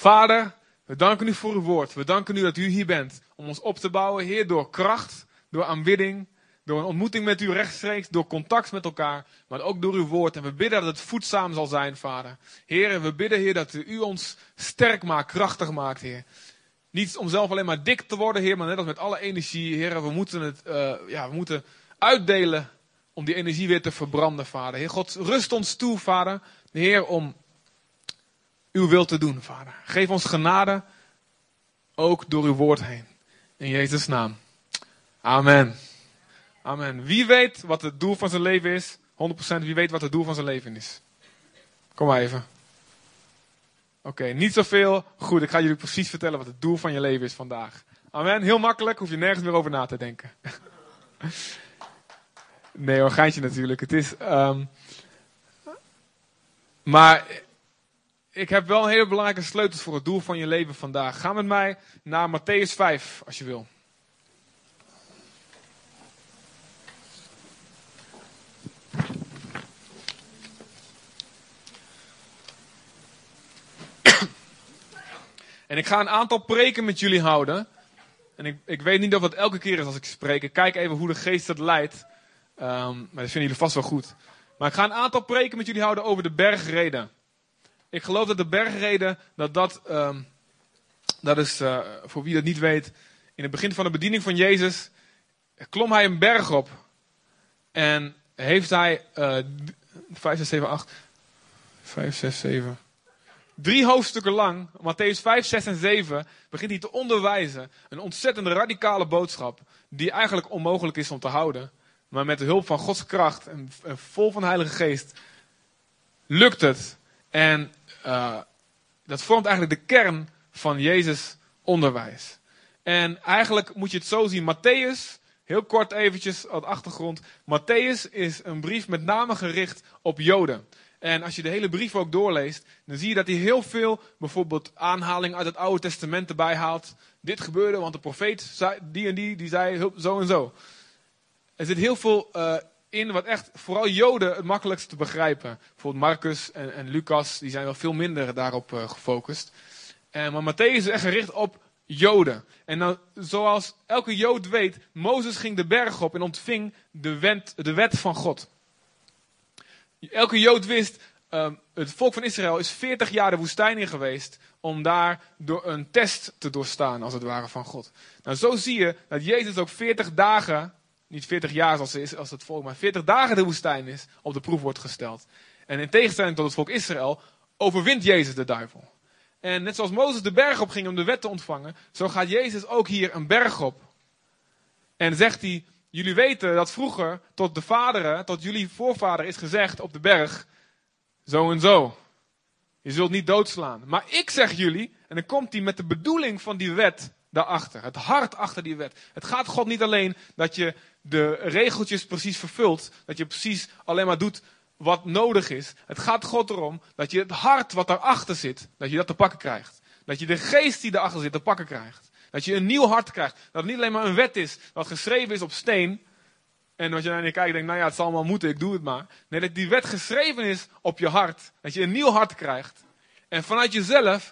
Vader, we danken u voor uw woord. We danken u dat u hier bent om ons op te bouwen. Heer, door kracht, door aanbidding, door een ontmoeting met u rechtstreeks, door contact met elkaar, maar ook door uw woord. En we bidden dat het voedzaam zal zijn, Vader. Heer, we bidden, Heer, dat u ons sterk maakt, krachtig maakt, Heer. Niet om zelf alleen maar dik te worden, Heer, maar net als met alle energie, Heer, we moeten uitdelen om die energie weer te verbranden, Vader. Heer God, rust ons toe, Vader, Heer, om uw wil te doen, Vader. Geef ons genade, ook door uw woord heen. In Jezus' naam. Amen. Amen. Wie weet wat het doel van zijn leven is? 100%, wie weet wat het doel van zijn leven is? Kom maar even. Oké, niet zoveel. Goed, ik ga jullie precies vertellen wat het doel van je leven is vandaag. Amen. Heel makkelijk, hoef je nergens meer over na te denken. Nee hoor, geintje natuurlijk. Het is... Maar ik heb wel een hele belangrijke sleutels voor het doel van je leven vandaag. Ga met mij naar Mattheüs 5, als je wil. En ik ga een aantal preken met jullie houden. En ik weet niet of dat elke keer is als ik spreek. Ik kijk even hoe de geest het leidt. Maar dat vinden jullie vast wel goed. Maar ik ga een aantal preken met jullie houden over de bergreden. Ik geloof dat de bergreden, dat is, voor wie dat niet weet, in het begin van de bediening van Jezus, klom hij een berg op. En heeft hij 3 hoofdstukken lang, Mattheüs 5, 6 en 7, begint hij te onderwijzen. Een ontzettend radicale boodschap, die eigenlijk onmogelijk is om te houden. Maar met de hulp van Gods kracht en vol van de Heilige Geest, lukt het. En dat vormt eigenlijk de kern van Jezus' onderwijs. En eigenlijk moet je het zo zien. Mattheüs, heel kort eventjes als achtergrond. Mattheüs is een brief met name gericht op Joden. En als je de hele brief ook doorleest, dan zie je dat hij heel veel, bijvoorbeeld aanhalingen uit het Oude Testament erbij haalt. Dit gebeurde, want de profeet zei, die en die zei zo en zo. Er zit heel veel in wat echt vooral Joden het makkelijkst te begrijpen. Bijvoorbeeld Marcus en Lucas, die zijn wel veel minder daarop gefocust. Maar Mattheüs is echt gericht op Joden. En nou, zoals elke Jood weet, Mozes ging de berg op en ontving de wet van God. Elke Jood wist, het volk van Israël is 40 jaar de woestijn in geweest om daar door een test te doorstaan, als het ware, van God. Nou, zo zie je dat Jezus ook 40 dagen, niet 40 jaar als het volk, maar 40 dagen de woestijn is, op de proef wordt gesteld. En in tegenstelling tot het volk Israël, overwint Jezus de duivel. En net zoals Mozes de berg op ging om de wet te ontvangen, zo gaat Jezus ook hier een berg op. En zegt hij, jullie weten dat vroeger tot de vaderen, tot jullie voorvader is gezegd op de berg, zo en zo. Je zult niet doodslaan. Maar ik zeg jullie, en dan komt hij met de bedoeling van die wet daarachter. Het hart achter die wet. Het gaat God niet alleen dat je de regeltjes precies vervult, dat je precies alleen maar doet wat nodig is. Het gaat God erom dat je het hart wat daarachter zit, dat je dat te pakken krijgt. Dat je de geest die daarachter zit te pakken krijgt. Dat je een nieuw hart krijgt. Dat het niet alleen maar een wet is wat geschreven is op steen. En als je naar je kijkt en denkt, nou ja, het zal allemaal moeten, ik doe het maar. Nee, dat die wet geschreven is op je hart. Dat je een nieuw hart krijgt. En vanuit jezelf,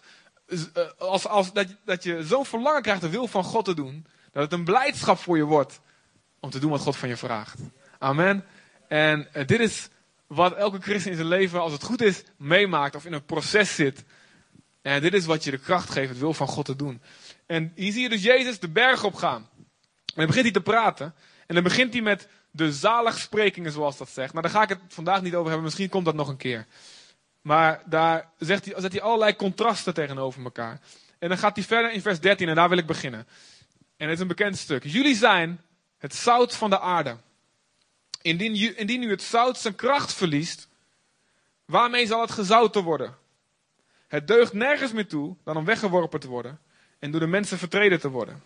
dat je zo'n verlangen krijgt de wil van God te doen. Dat het een blijdschap voor je wordt om te doen wat God van je vraagt. Amen. En dit is wat elke christen in zijn leven, als het goed is, meemaakt of in een proces zit. En dit is wat je de kracht geeft, het wil van God te doen. En hier zie je dus Jezus de berg op gaan. En dan begint hij te praten. En dan begint hij met de zaligsprekingen, zoals dat zegt. Nou, daar ga ik het vandaag niet over hebben. Misschien komt dat nog een keer. Maar daar zet hij allerlei contrasten tegenover elkaar. En dan gaat hij verder in vers 13 en daar wil ik beginnen. En het is een bekend stuk. Jullie zijn het zout van de aarde. Indien nu het zout zijn kracht verliest, waarmee zal het gezouten worden? Het deugt nergens meer toe dan om weggeworpen te worden en door de mensen vertreden te worden.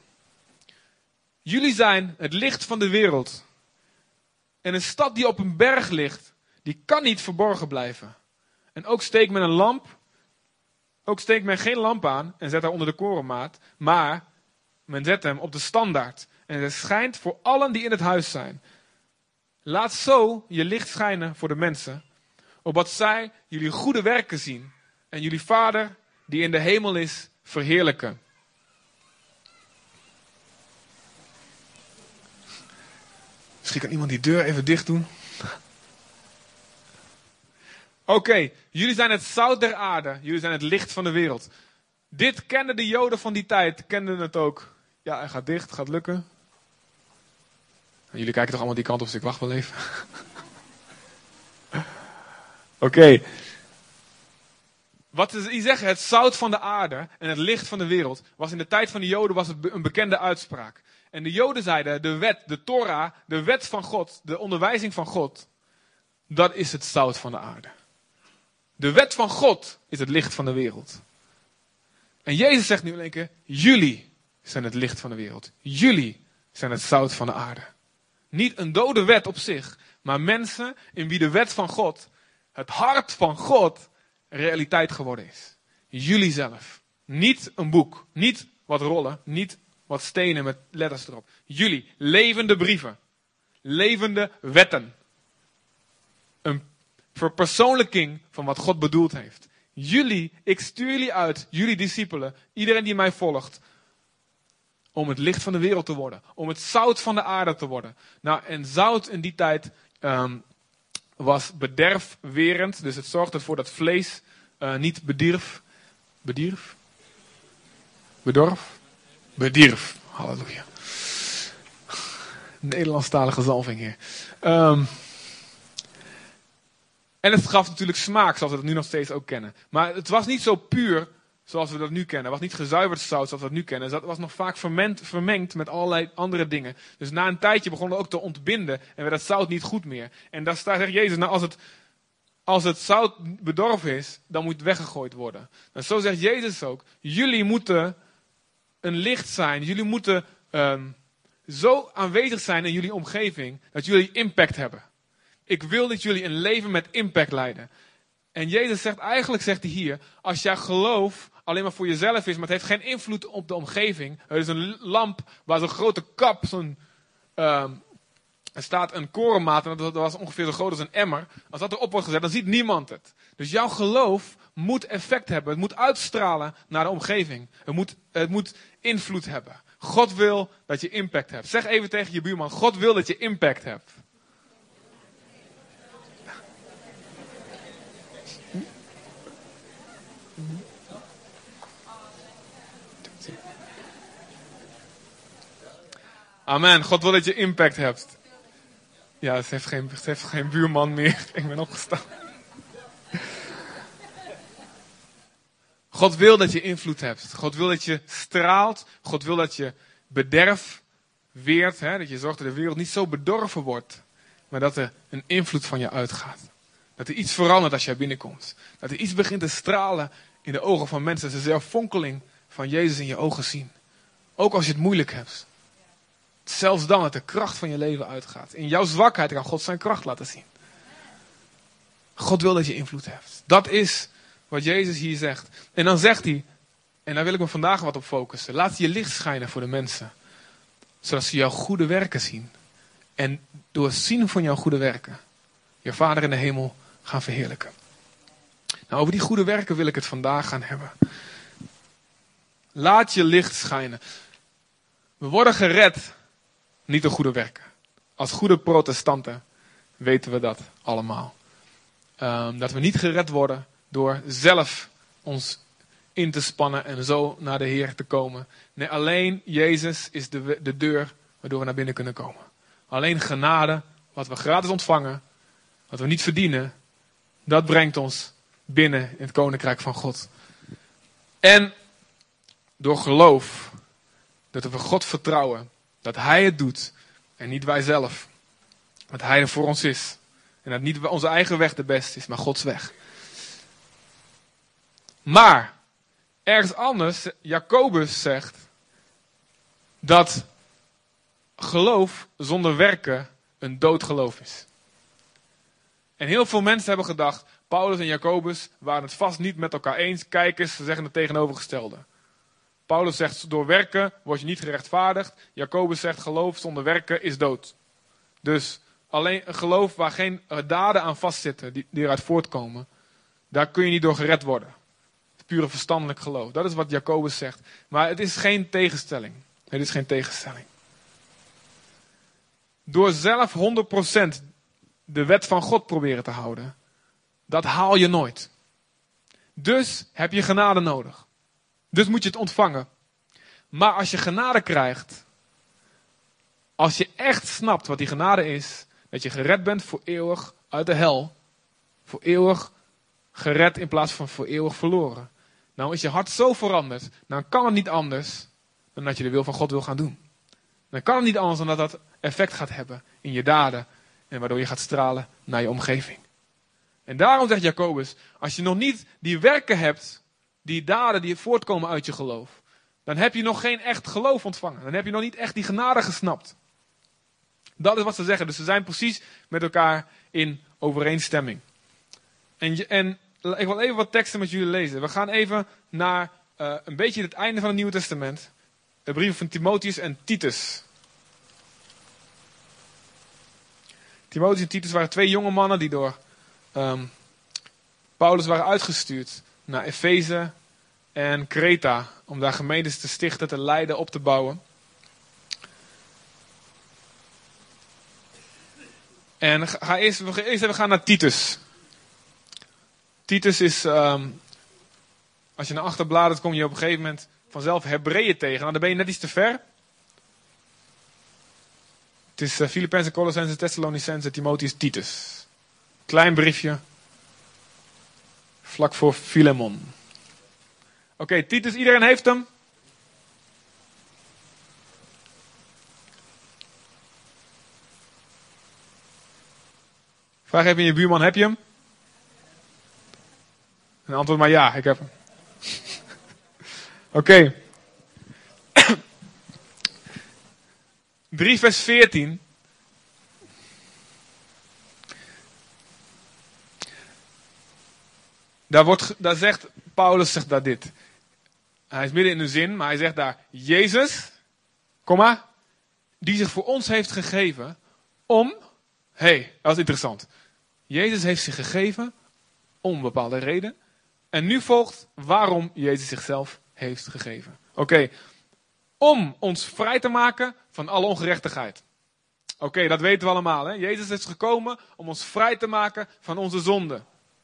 Jullie zijn het licht van de wereld. En een stad die op een berg ligt, die kan niet verborgen blijven. En ook steekt men geen lamp aan en zet haar onder de korenmaat, maar men zet hem op de standaard. En het schijnt voor allen die in het huis zijn. Laat zo je licht schijnen voor de mensen, opdat zij jullie goede werken zien en jullie Vader die in de hemel is, verheerlijken. Misschien kan iemand die deur even dicht doen. Oké, jullie zijn het zout der aarde. Jullie zijn het licht van de wereld. Dit kenden de Joden van die tijd. Kenden het ook. Ja, hij gaat dicht. Gaat lukken. Jullie kijken toch allemaal die kant op, dus ik wacht wel even. Oké. Wat die zeggen, het zout van de aarde en het licht van de wereld, was in de tijd van de Joden was het een bekende uitspraak. En de Joden zeiden, de wet, de Torah, de wet van God, de onderwijzing van God, dat is het zout van de aarde. De wet van God is het licht van de wereld. En Jezus zegt nu in één keer, jullie zijn het licht van de wereld. Jullie zijn het zout van de aarde. Niet een dode wet op zich, maar mensen in wie de wet van God, het hart van God, realiteit geworden is. Jullie zelf. Niet een boek, niet wat rollen, niet wat stenen met letters erop. Jullie, levende brieven. Levende wetten. Een verpersoonlijking van wat God bedoeld heeft. Jullie, ik stuur jullie uit, jullie discipelen, iedereen die mij volgt, om het licht van de wereld te worden. Om het zout van de aarde te worden. Nou, en zout in die tijd was bederfwerend. Dus het zorgde ervoor dat vlees niet bedierf. Bedierf. Halleluja. Nederlandstalige zalving hier. En het gaf natuurlijk smaak, zoals we dat nu nog steeds ook kennen. Maar het was niet zo puur zoals we dat nu kennen. Het was niet gezuiverd zout zoals we dat nu kennen. Het was nog vaak vermengd met allerlei andere dingen. Dus na een tijdje begon het ook te ontbinden en werd het zout niet goed meer. En daar zegt Jezus, nou als het zout bedorven is, dan moet het weggegooid worden. En zo zegt Jezus ook, jullie moeten een licht zijn. Jullie moeten zo aanwezig zijn in jullie omgeving, dat jullie impact hebben. Ik wil dat jullie een leven met impact leiden. En Jezus zegt, eigenlijk zegt hij hier, als jouw geloof alleen maar voor jezelf is, maar het heeft geen invloed op de omgeving. Er is een lamp waar zo'n grote kap, er staat een korenmaat en dat was ongeveer zo groot als een emmer. Als dat erop wordt gezet, dan ziet niemand het. Dus jouw geloof moet effect hebben. Het moet uitstralen naar de omgeving. Het moet invloed hebben. God wil dat je impact hebt. Zeg even tegen je buurman, God wil dat je impact hebt. Amen. God wil dat je impact hebt. Ja, ze heeft geen buurman meer. Ik ben opgestaan. God wil dat je invloed hebt. God wil dat je straalt. God wil dat je bederf weert. Dat je zorgt dat de wereld niet zo bedorven wordt. Maar dat er een invloed van je uitgaat. Dat er iets verandert als jij binnenkomt. Dat er iets begint te stralen in de ogen van mensen. Ze zelf fonkeling van Jezus in je ogen zien. Ook als je het moeilijk hebt. Zelfs dan dat de kracht van je leven uitgaat. In jouw zwakheid kan God zijn kracht laten zien. God wil dat je invloed hebt. Dat is wat Jezus hier zegt. En dan zegt hij, en daar wil ik me vandaag wat op focussen. Laat je licht schijnen voor de mensen. Zodat ze jouw goede werken zien. En door het zien van jouw goede werken, je Vader in de hemel gaan verheerlijken. Nou, over die goede werken wil ik het vandaag gaan hebben. Laat je licht schijnen. We worden gered, niet door goede werken. Als goede protestanten weten we dat allemaal. Dat we niet gered worden door zelf ons in te spannen en zo naar de Heer te komen. Nee, alleen Jezus is de deur waardoor we naar binnen kunnen komen. Alleen genade, wat we gratis ontvangen, wat we niet verdienen, dat brengt ons binnen in het koninkrijk van God. En door geloof, dat we God vertrouwen, dat Hij het doet en niet wij zelf. Dat Hij er voor ons is. En dat niet onze eigen weg de beste is, maar Gods weg. Maar, ergens anders, Jacobus zegt dat geloof zonder werken een dood geloof is. En heel veel mensen hebben gedacht, Paulus en Jacobus waren het vast niet met elkaar eens. Kijk eens, ze zeggen het tegenovergestelde. Paulus zegt, door werken word je niet gerechtvaardigd. Jacobus zegt, geloof zonder werken is dood. Dus alleen een geloof waar geen daden aan vastzitten, die eruit voortkomen, daar kun je niet door gered worden. pure verstandelijk geloof. Dat is wat Jacobus zegt. Maar het is geen tegenstelling. Het is geen tegenstelling. Door zelf 100% de wet van God proberen te houden, dat haal je nooit. Dus heb je genade nodig. Dus moet je het ontvangen. Maar als je genade krijgt, als je echt snapt wat die genade is, dat je gered bent voor eeuwig uit de hel, voor eeuwig gered in plaats van voor eeuwig verloren. Nou is je hart zo veranderd, dan kan het niet anders dan dat je de wil van God wil gaan doen. Dan kan het niet anders dan dat dat effect gaat hebben in je daden en waardoor je gaat stralen naar je omgeving. En daarom zegt Jacobus, als je nog niet die werken hebt, die daden die voortkomen uit je geloof, dan heb je nog geen echt geloof ontvangen. Dan heb je nog niet echt die genade gesnapt. Dat is wat ze zeggen. Dus ze zijn precies met elkaar in overeenstemming. En ik wil even wat teksten met jullie lezen. We gaan even naar een beetje het einde van het Nieuwe Testament. De brieven van Timotheus en Titus. Timotheus en Titus waren 2 jonge mannen die door Paulus waren uitgestuurd naar Efeze en Kreta. Om daar gemeentes te stichten, te leiden, op te bouwen. En we gaan naar Titus. Titus is, als je naar achter bladert, kom je op een gegeven moment vanzelf Hebreeën tegen. Nou, dan ben je net iets te ver. Het is Filippenzen, Colossenzen, Thessalonicenzen, Timotheus, Titus. Klein briefje. Vlak voor Filemon. Oké, Titus, iedereen heeft hem? Vraag even in je buurman, heb je hem? En antwoord maar ja, ik heb hem. Oké. 3 vers 14. Daar zegt Paulus daar dit. Hij is midden in de zin, maar hij zegt daar, Jezus, die zich voor ons heeft gegeven om, dat is interessant. Jezus heeft zich gegeven om een bepaalde reden. En nu volgt waarom Jezus zichzelf heeft gegeven. Oké, om ons vrij te maken van alle ongerechtigheid. Oké, dat weten we allemaal. Hè? Jezus is gekomen om ons vrij te maken van onze zonde.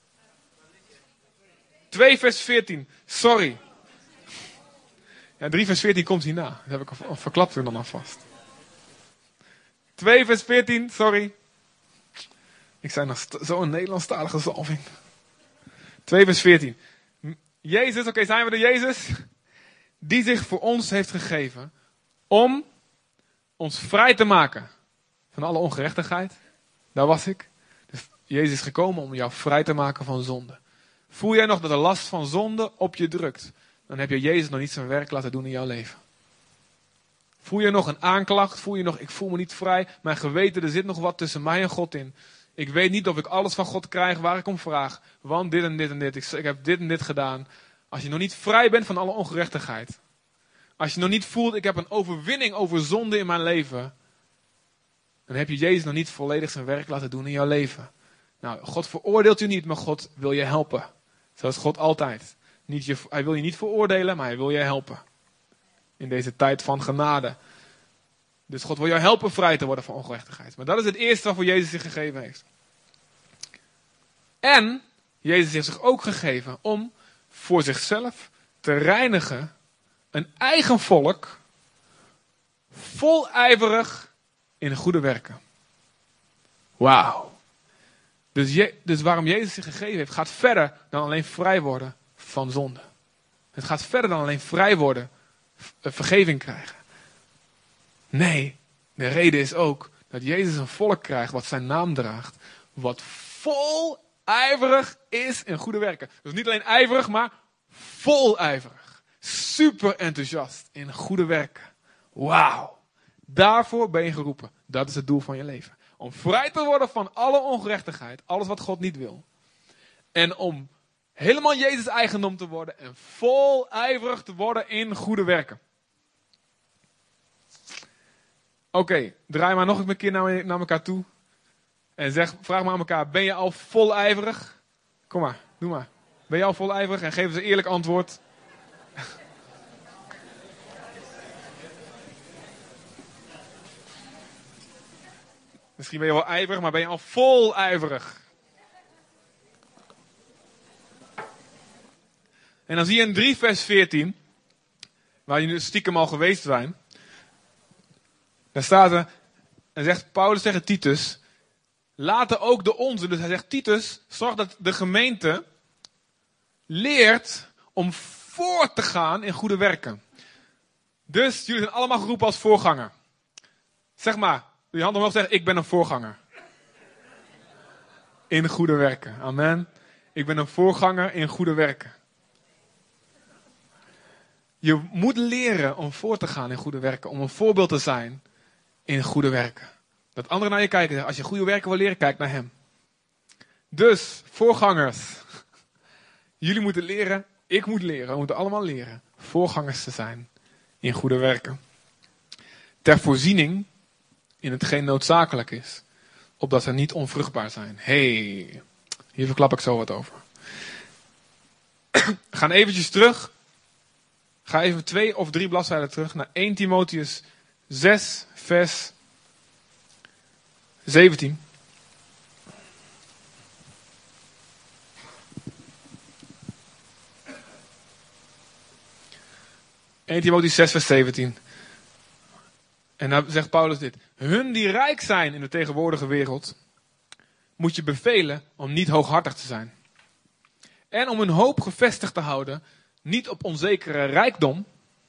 2 vers 14, sorry. Ja, 3 vers 14 komt hierna. Dat heb ik al verklapt er dan alvast. 2 vers 14, sorry. Ik zei nog zo'n Nederlandstalige zalving. 2 vers 14. Jezus, zijn we de Jezus? Die zich voor ons heeft gegeven om ons vrij te maken van alle ongerechtigheid. Daar was ik. Dus Jezus is gekomen om jou vrij te maken van zonde. Voel jij nog dat de last van zonde op je drukt? Dan heb je Jezus nog niet zijn werk laten doen in jouw leven. Voel je nog een aanklacht? Voel je nog, ik voel me niet vrij. Mijn geweten, er zit nog wat tussen mij en God in. Ik weet niet of ik alles van God krijg waar ik om vraag. Want dit en dit en dit. Ik heb dit en dit gedaan. Als je nog niet vrij bent van alle ongerechtigheid. Als je nog niet voelt, ik heb een overwinning over zonde in mijn leven. Dan heb je Jezus nog niet volledig zijn werk laten doen in jouw leven. Nou, God veroordeelt je niet, maar God wil je helpen. Zoals God altijd. Hij wil je niet veroordelen, maar hij wil je helpen. In deze tijd van genade. Dus God wil jou helpen vrij te worden van ongerechtigheid. Maar dat is het eerste waarvoor Jezus zich gegeven heeft. En Jezus heeft zich ook gegeven om voor zichzelf te reinigen een eigen volk, volijverig in goede werken. Wauw. Dus waarom Jezus zich gegeven heeft, gaat verder dan alleen vrij worden van zonde. Het gaat verder dan alleen vrij worden, vergeving krijgen. Nee, de reden is ook dat Jezus een volk krijgt wat zijn naam draagt. Wat volijverig is in goede werken. Dus niet alleen ijverig, maar volijverig. Super enthousiast in goede werken. Wauw. Daarvoor ben je geroepen. Dat is het doel van je leven. Om vrij te worden van alle ongerechtigheid. Alles wat God niet wil. En om helemaal Jezus eigendom te worden. En volijverig te worden in goede werken. Oké, draai maar nog een keer naar elkaar toe. En vraag maar aan elkaar, ben je al volijverig? Kom maar, doe maar. Ben je al vol ijverig? En geef eens een eerlijk antwoord. Misschien ben je wel ijverig, maar ben je al vol ijverig. En dan zie je in 3 vers 14, waar je nu stiekem al geweest zijn. Daar staat er, en zegt Paulus tegen Titus, laten ook de onze, dus hij zegt Titus, zorg dat de gemeente leert om voor te gaan in goede werken. Dus jullie zijn allemaal geroepen als voorganger. Zeg maar, doe je hand omhoog, zeggen, ik ben een voorganger. In goede werken, amen. Ik ben een voorganger in goede werken. Je moet leren om voor te gaan in goede werken, om een voorbeeld te zijn in goede werken. Dat anderen naar je kijken. Als je goede werken wil leren, kijk naar hem. Dus, voorgangers. Jullie moeten leren, ik moet leren, we moeten allemaal leren. Voorgangers te zijn in goede werken. Ter voorziening in hetgeen noodzakelijk is. Opdat ze niet onvruchtbaar zijn. Hier verklap ik zo wat over. We gaan eventjes terug. Ga even 2 of 3 bladzijden terug naar 1 Timotheus 6 vers 17. Timotheus 6 vers 17. En dan zegt Paulus dit. Hun die rijk zijn in de tegenwoordige wereld, moet je bevelen om niet hooghartig te zijn. En om hun hoop gevestigd te houden, niet op onzekere rijkdom,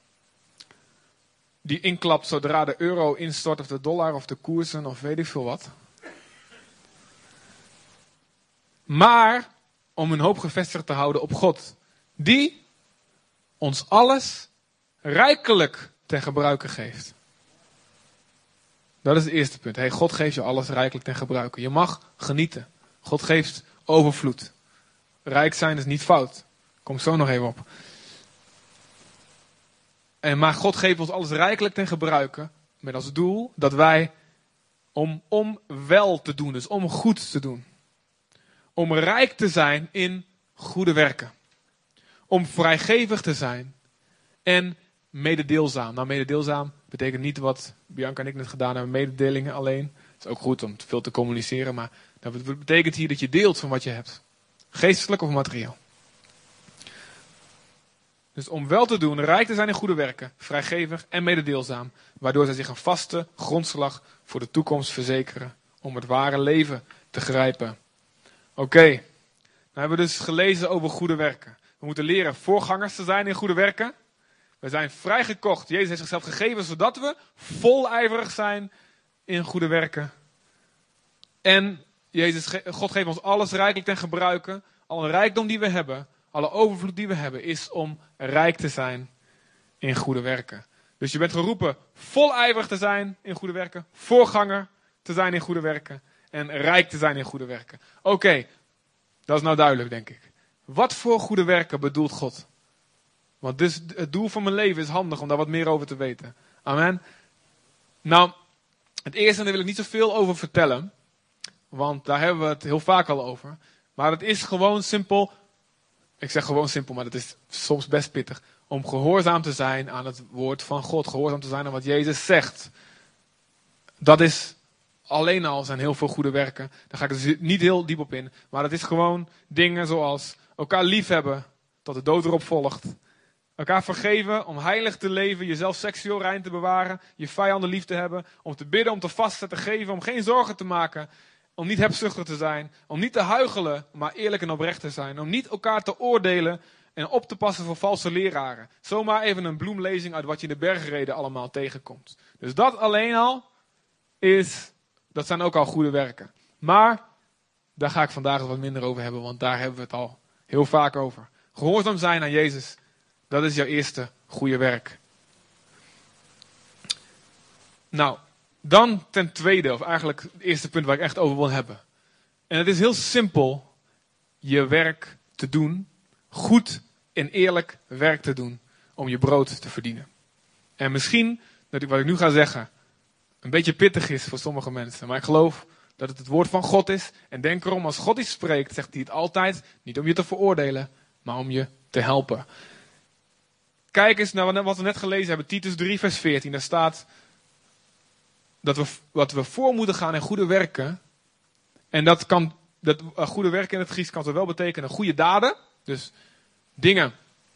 die inklapt zodra de euro instort of de dollar of de koersen of weet ik veel wat. Maar om hun hoop gevestigd te houden op God, die ons alles rijkelijk ten gebruike geeft. Dat is het eerste punt. God geeft je alles rijkelijk ten gebruike. Je mag genieten. God geeft overvloed. Rijk zijn is niet fout. Kom zo nog even op. Maar God geeft ons alles rijkelijk ten gebruike. Met als doel dat wij om wel te doen. Dus om goed te doen. Om rijk te zijn in goede werken. Om vrijgevig te zijn. En mededeelzaam. Nou, mededeelzaam betekent niet wat Bianca en ik net gedaan hebben. Mededelingen alleen. Het is ook goed om veel te communiceren. Maar dat betekent hier dat je deelt van wat je hebt. Geestelijk of materieel. Dus om wel te doen, rijk te zijn in goede werken, vrijgevig en mededeelzaam. Waardoor zij zich een vaste grondslag voor de toekomst verzekeren. Om het ware leven te grijpen. Oké. Nou hebben we dus gelezen over goede werken. We moeten leren voorgangers te zijn in goede werken. We zijn vrijgekocht. Jezus heeft zichzelf gegeven zodat we volijverig zijn in goede werken. En God geeft ons alles rijkelijk ten gebruike. Alle rijkdom die we hebben, alle overvloed die we hebben, is om rijk te zijn in goede werken. Dus je bent geroepen volijverig te zijn in goede werken, voorganger te zijn in goede werken en rijk te zijn in goede werken. Oké, dat is nou duidelijk, denk ik. Wat voor goede werken bedoelt God? Want dus het doel van mijn leven is handig om daar wat meer over te weten. Amen. Nou, het eerste, daar wil ik niet zoveel over vertellen. Want daar hebben we het heel vaak al over. Maar het is gewoon simpel. Ik zeg gewoon simpel, maar dat is soms best pittig. Om gehoorzaam te zijn aan het woord van God. Gehoorzaam te zijn aan wat Jezus zegt. Dat is alleen al zijn heel veel goede werken. Daar ga ik dus niet heel diep op in. Maar dat is gewoon dingen zoals elkaar liefhebben tot de dood erop volgt. Elkaar vergeven om heilig te leven, jezelf seksueel rein te bewaren, je vijanden lief te hebben, om te bidden, om te vasten, te geven, om geen zorgen te maken, om niet hebzuchtig te zijn, om niet te huichelen, maar eerlijk en oprecht te zijn, om niet elkaar te oordelen en op te passen voor valse leraren. Zomaar even een bloemlezing uit wat je in de bergreden allemaal tegenkomt. Dus dat alleen al dat zijn ook al goede werken. Maar daar ga ik vandaag wat minder over hebben, want daar hebben we het al heel vaak over. Gehoorzaam zijn aan Jezus. Dat is jouw eerste goede werk. Nou, dan ten tweede, of eigenlijk het eerste punt waar ik echt over wil hebben. En het is heel simpel je werk te doen, goed en eerlijk werk te doen om je brood te verdienen. En misschien dat wat ik nu ga zeggen een beetje pittig is voor sommige mensen, maar ik geloof dat het woord van God is. En denk erom, als God iets spreekt, zegt hij het altijd niet om je te veroordelen, maar om je te helpen. Kijk eens naar wat we net gelezen hebben. Titus 3 vers 14. Daar staat dat we voor moeten gaan in goede werken. En dat goede werken in het Grieks kan wel betekenen goede daden. Dus dingen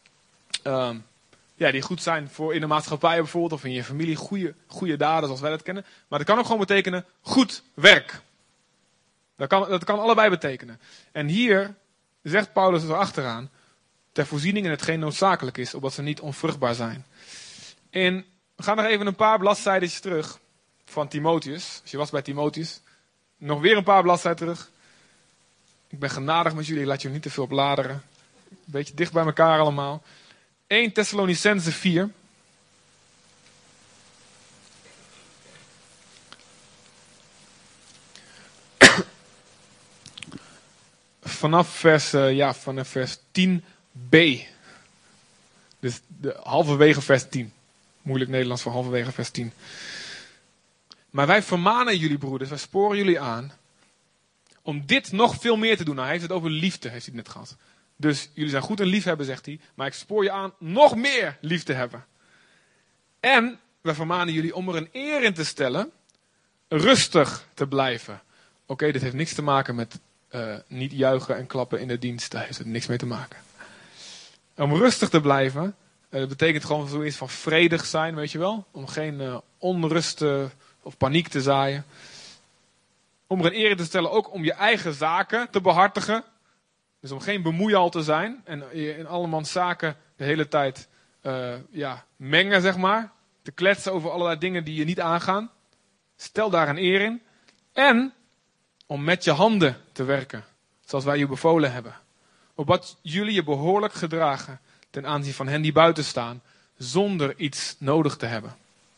die goed zijn voor in de maatschappij bijvoorbeeld. Of in je familie. Goede daden zoals wij dat kennen. Maar dat kan ook gewoon betekenen goed werk. Dat kan allebei betekenen. En hier zegt Paulus erachteraan. Ter voorziening in hetgeen noodzakelijk is. Opdat ze niet onvruchtbaar zijn. En we gaan nog even een paar bladzijden terug. Van Timotheus. Als je was bij Timotheus. Nog weer een paar bladzijden terug. Ik ben genadig met jullie. Laat jullie niet te veel bladeren. Een beetje dicht bij elkaar allemaal. 1 Thessalonicenzen 4. Vanaf vers 10b. Dus halverwege vers 10. Moeilijk Nederlands voor halverwege vers 10. Maar wij vermanen jullie broeders, wij sporen jullie aan om dit nog veel meer te doen. Nou, hij heeft het over liefde, heeft hij het net gehad. Dus jullie zijn goed in liefhebben, zegt hij. Maar ik spoor je aan nog meer lief te hebben. En wij vermanen jullie om er een eer in te stellen, rustig te blijven. Oké, dit heeft niks te maken met niet juichen en klappen in de dienst. Daar heeft het niks mee te maken. Om rustig te blijven, dat betekent gewoon zoiets van vredig zijn, weet je wel. Om geen onrust of paniek te zaaien. Om er een eer in te stellen ook om je eigen zaken te behartigen. Dus om geen bemoeial te zijn. En je in allemans zaken de hele tijd mengen, zeg maar. Te kletsen over allerlei dingen die je niet aangaan. Stel daar een eer in. En om met je handen te werken. Zoals wij je bevolen hebben. Opdat jullie je behoorlijk gedragen ten aanzien van hen die buiten staan. Zonder iets nodig te hebben.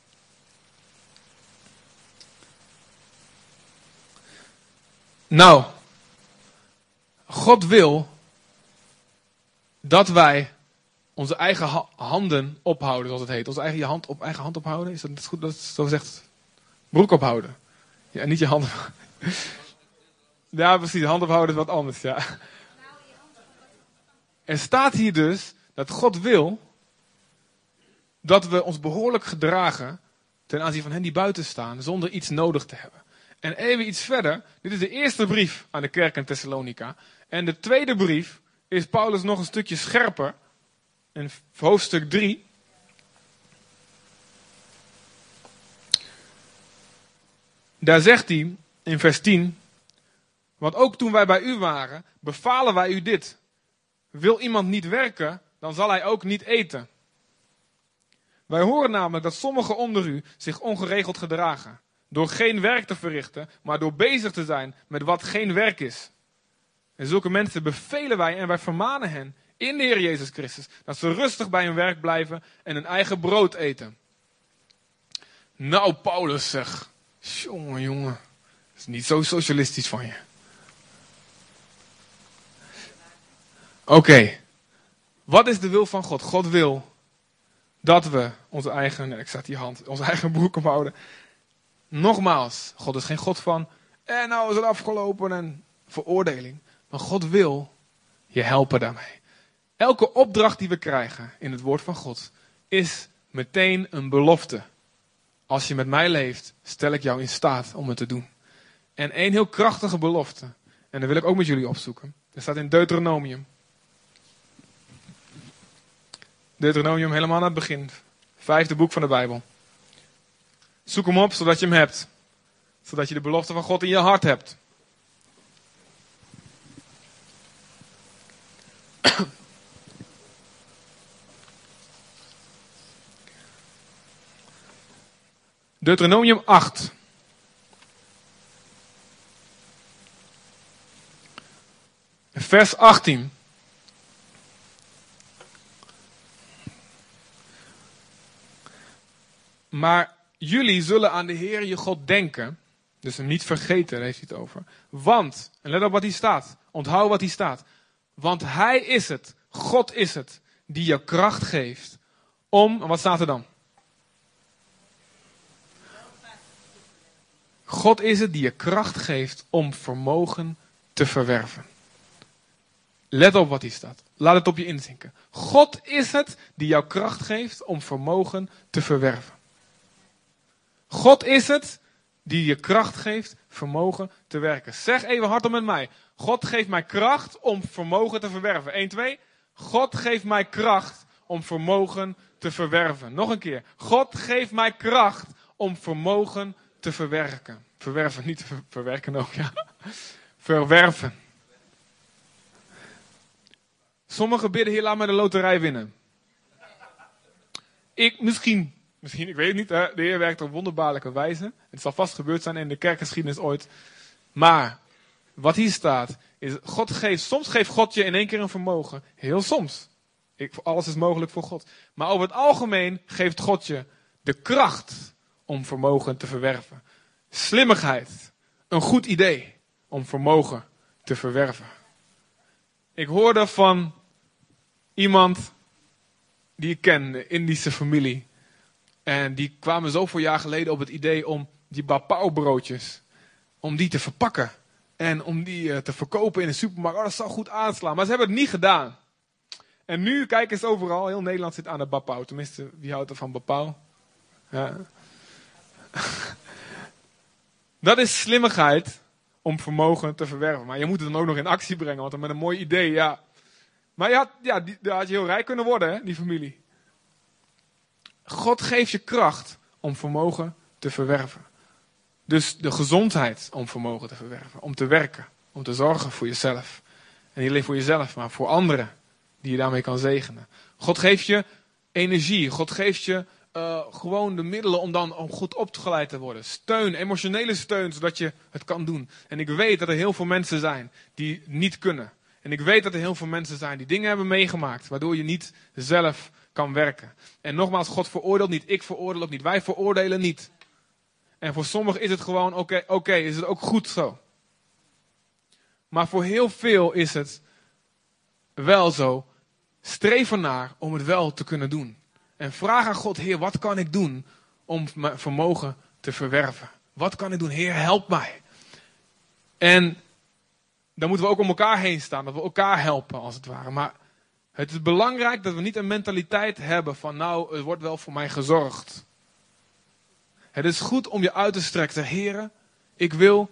Nou, God wil dat wij onze eigen handen ophouden, zoals het heet. Onze eigen hand ophouden, is dat goed dat het zo zegt? Broek ophouden. Ja, niet je handen. Ja, precies, hand ophouden is wat anders, ja. Er staat hier dus dat God wil dat we ons behoorlijk gedragen ten aanzien van hen die buiten staan, zonder iets nodig te hebben. En even iets verder, dit is de eerste brief aan de kerk in Thessalonica. En de tweede brief is Paulus nog een stukje scherper. In hoofdstuk 3. Daar zegt hij in vers 10. Want ook toen wij bij u waren, bevalen wij u dit. Wil iemand niet werken, dan zal hij ook niet eten. Wij horen namelijk dat sommigen onder u zich ongeregeld gedragen. Door geen werk te verrichten, maar door bezig te zijn met wat geen werk is. En zulke mensen bevelen wij en wij vermanen hen in de Heer Jezus Christus. Dat ze rustig bij hun werk blijven en hun eigen brood eten. Nou, Paulus zeg. Jongen. Dat is niet zo socialistisch van je. Oké. Wat is de wil van God? God wil dat we onze eigen broek ophouden. Nogmaals, God is geen God van, en nou is het afgelopen en veroordeling. Maar God wil je helpen daarmee. Elke opdracht die we krijgen in het woord van God is meteen een belofte. Als je met mij leeft, stel ik jou in staat om het te doen. En één heel krachtige belofte, en dat wil ik ook met jullie opzoeken. Dat staat in Deuteronomium. Deuteronomium helemaal aan het begin. 5e boek van de Bijbel. Zoek hem op, zodat je hem hebt. Zodat je de belofte van God in je hart hebt. Deuteronomium 8. Vers 18. Maar jullie zullen aan de Heer je God denken. Dus hem niet vergeten, daar heeft hij het over. Want, en let op wat hier staat. Onthoud wat hier staat. Want hij is het, God is het, die je kracht geeft om, en wat staat er dan? God is het die je kracht geeft om vermogen te verwerven. Let op wat hier staat. Laat het op je inzinken. God is het die jou kracht geeft om vermogen te verwerven. God is het die je kracht geeft vermogen te werken. Zeg even hardop met mij. God geeft mij kracht om vermogen te verwerven. 1, 2. God geeft mij kracht om vermogen te verwerven. Nog een keer. God geeft mij kracht om vermogen te verwerken. Verwerven, niet verwerken ook, ja. Verwerven. Sommigen bidden hier, laat mij de loterij winnen. Misschien, ik weet het niet. Hè? De Heer werkt op wonderbaarlijke wijze. Het zal vast gebeurd zijn in de kerkgeschiedenis ooit. Maar, wat hier staat, is soms geeft God je in één keer een vermogen. Heel soms. Alles is mogelijk voor God. Maar over het algemeen geeft God je de kracht om vermogen te verwerven. Slimmigheid. Een goed idee om vermogen te verwerven. Ik hoorde van iemand die ik ken, een Indische familie. En die kwamen zoveel jaar geleden op het idee om die bapau broodjes, om die te verpakken. En om die te verkopen in de supermarkt. Oh, dat zou goed aanslaan. Maar ze hebben het niet gedaan. En nu, kijk eens overal, heel Nederland zit aan de bapau. Tenminste, wie houdt er van bapau? Ja. Dat is slimmigheid om vermogen te verwerven. Maar je moet het dan ook nog in actie brengen, want dan met een mooi idee, ja. Maar daar had je heel rijk kunnen worden, hè, die familie. God geeft je kracht om vermogen te verwerven. Dus de gezondheid om vermogen te verwerven. Om te werken, om te zorgen voor jezelf. En niet alleen voor jezelf, maar voor anderen die je daarmee kan zegenen. God geeft je energie. God geeft je gewoon de middelen om goed opgeleid te worden. Steun, emotionele steun, zodat je het kan doen. En ik weet dat er heel veel mensen zijn die niet kunnen. En ik weet dat er heel veel mensen zijn die dingen hebben meegemaakt, waardoor je niet zelf kan werken. En nogmaals, God veroordeelt niet, ik veroordeel ook niet, wij veroordelen niet. En voor sommigen is het gewoon oké, is het ook goed zo. Maar voor heel veel is het wel zo, streef ernaar om het wel te kunnen doen. En vraag aan God, Heer, wat kan ik doen om mijn vermogen te verwerven? Wat kan ik doen? Heer, help mij. En dan moeten we ook om elkaar heen staan, dat we elkaar helpen als het ware. Maar het is belangrijk dat we niet een mentaliteit hebben van nou, het wordt wel voor mij gezorgd. Het is goed om je uit te strekken. Heer, ik wil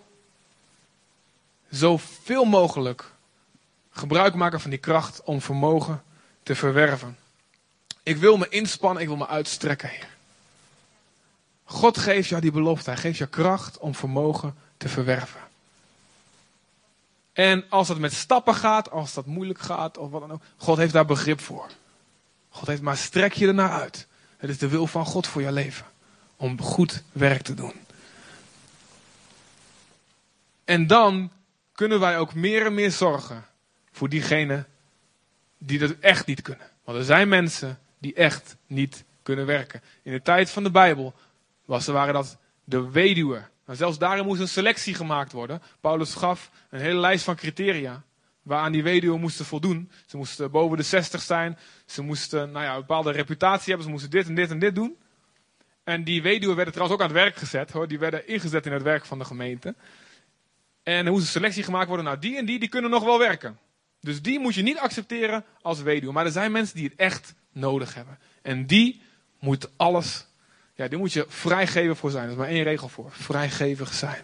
zoveel mogelijk gebruik maken van die kracht om vermogen te verwerven. Ik wil me inspannen, ik wil me uitstrekken, Heer. God geeft jou die belofte. Hij geeft je kracht om vermogen te verwerven. En als het met stappen gaat, als dat moeilijk gaat, of wat dan ook. God heeft daar begrip voor. God heeft, maar strek je ernaar uit. Het is de wil van God voor je leven. Om goed werk te doen. En dan kunnen wij ook meer en meer zorgen voor diegenen die dat echt niet kunnen. Want er zijn mensen die echt niet kunnen werken. In de tijd van de Bijbel waren dat de weduwen. Maar zelfs daarin moest een selectie gemaakt worden. Paulus gaf een hele lijst van criteria waaraan die weduwen moesten voldoen. Ze moesten boven de 60 zijn. Ze moesten een bepaalde reputatie hebben. Ze moesten dit en dit en dit doen. En die weduwen werden trouwens ook aan het werk gezet. Hoor. Die werden ingezet in het werk van de gemeente. En er moest een selectie gemaakt worden. Nou, die en die kunnen nog wel werken. Dus die moet je niet accepteren als weduwe. Maar er zijn mensen die het echt nodig hebben. En die moet alles... Ja, die moet je vrijgeven voor zijn. Er is maar één regel voor. Vrijgevig zijn.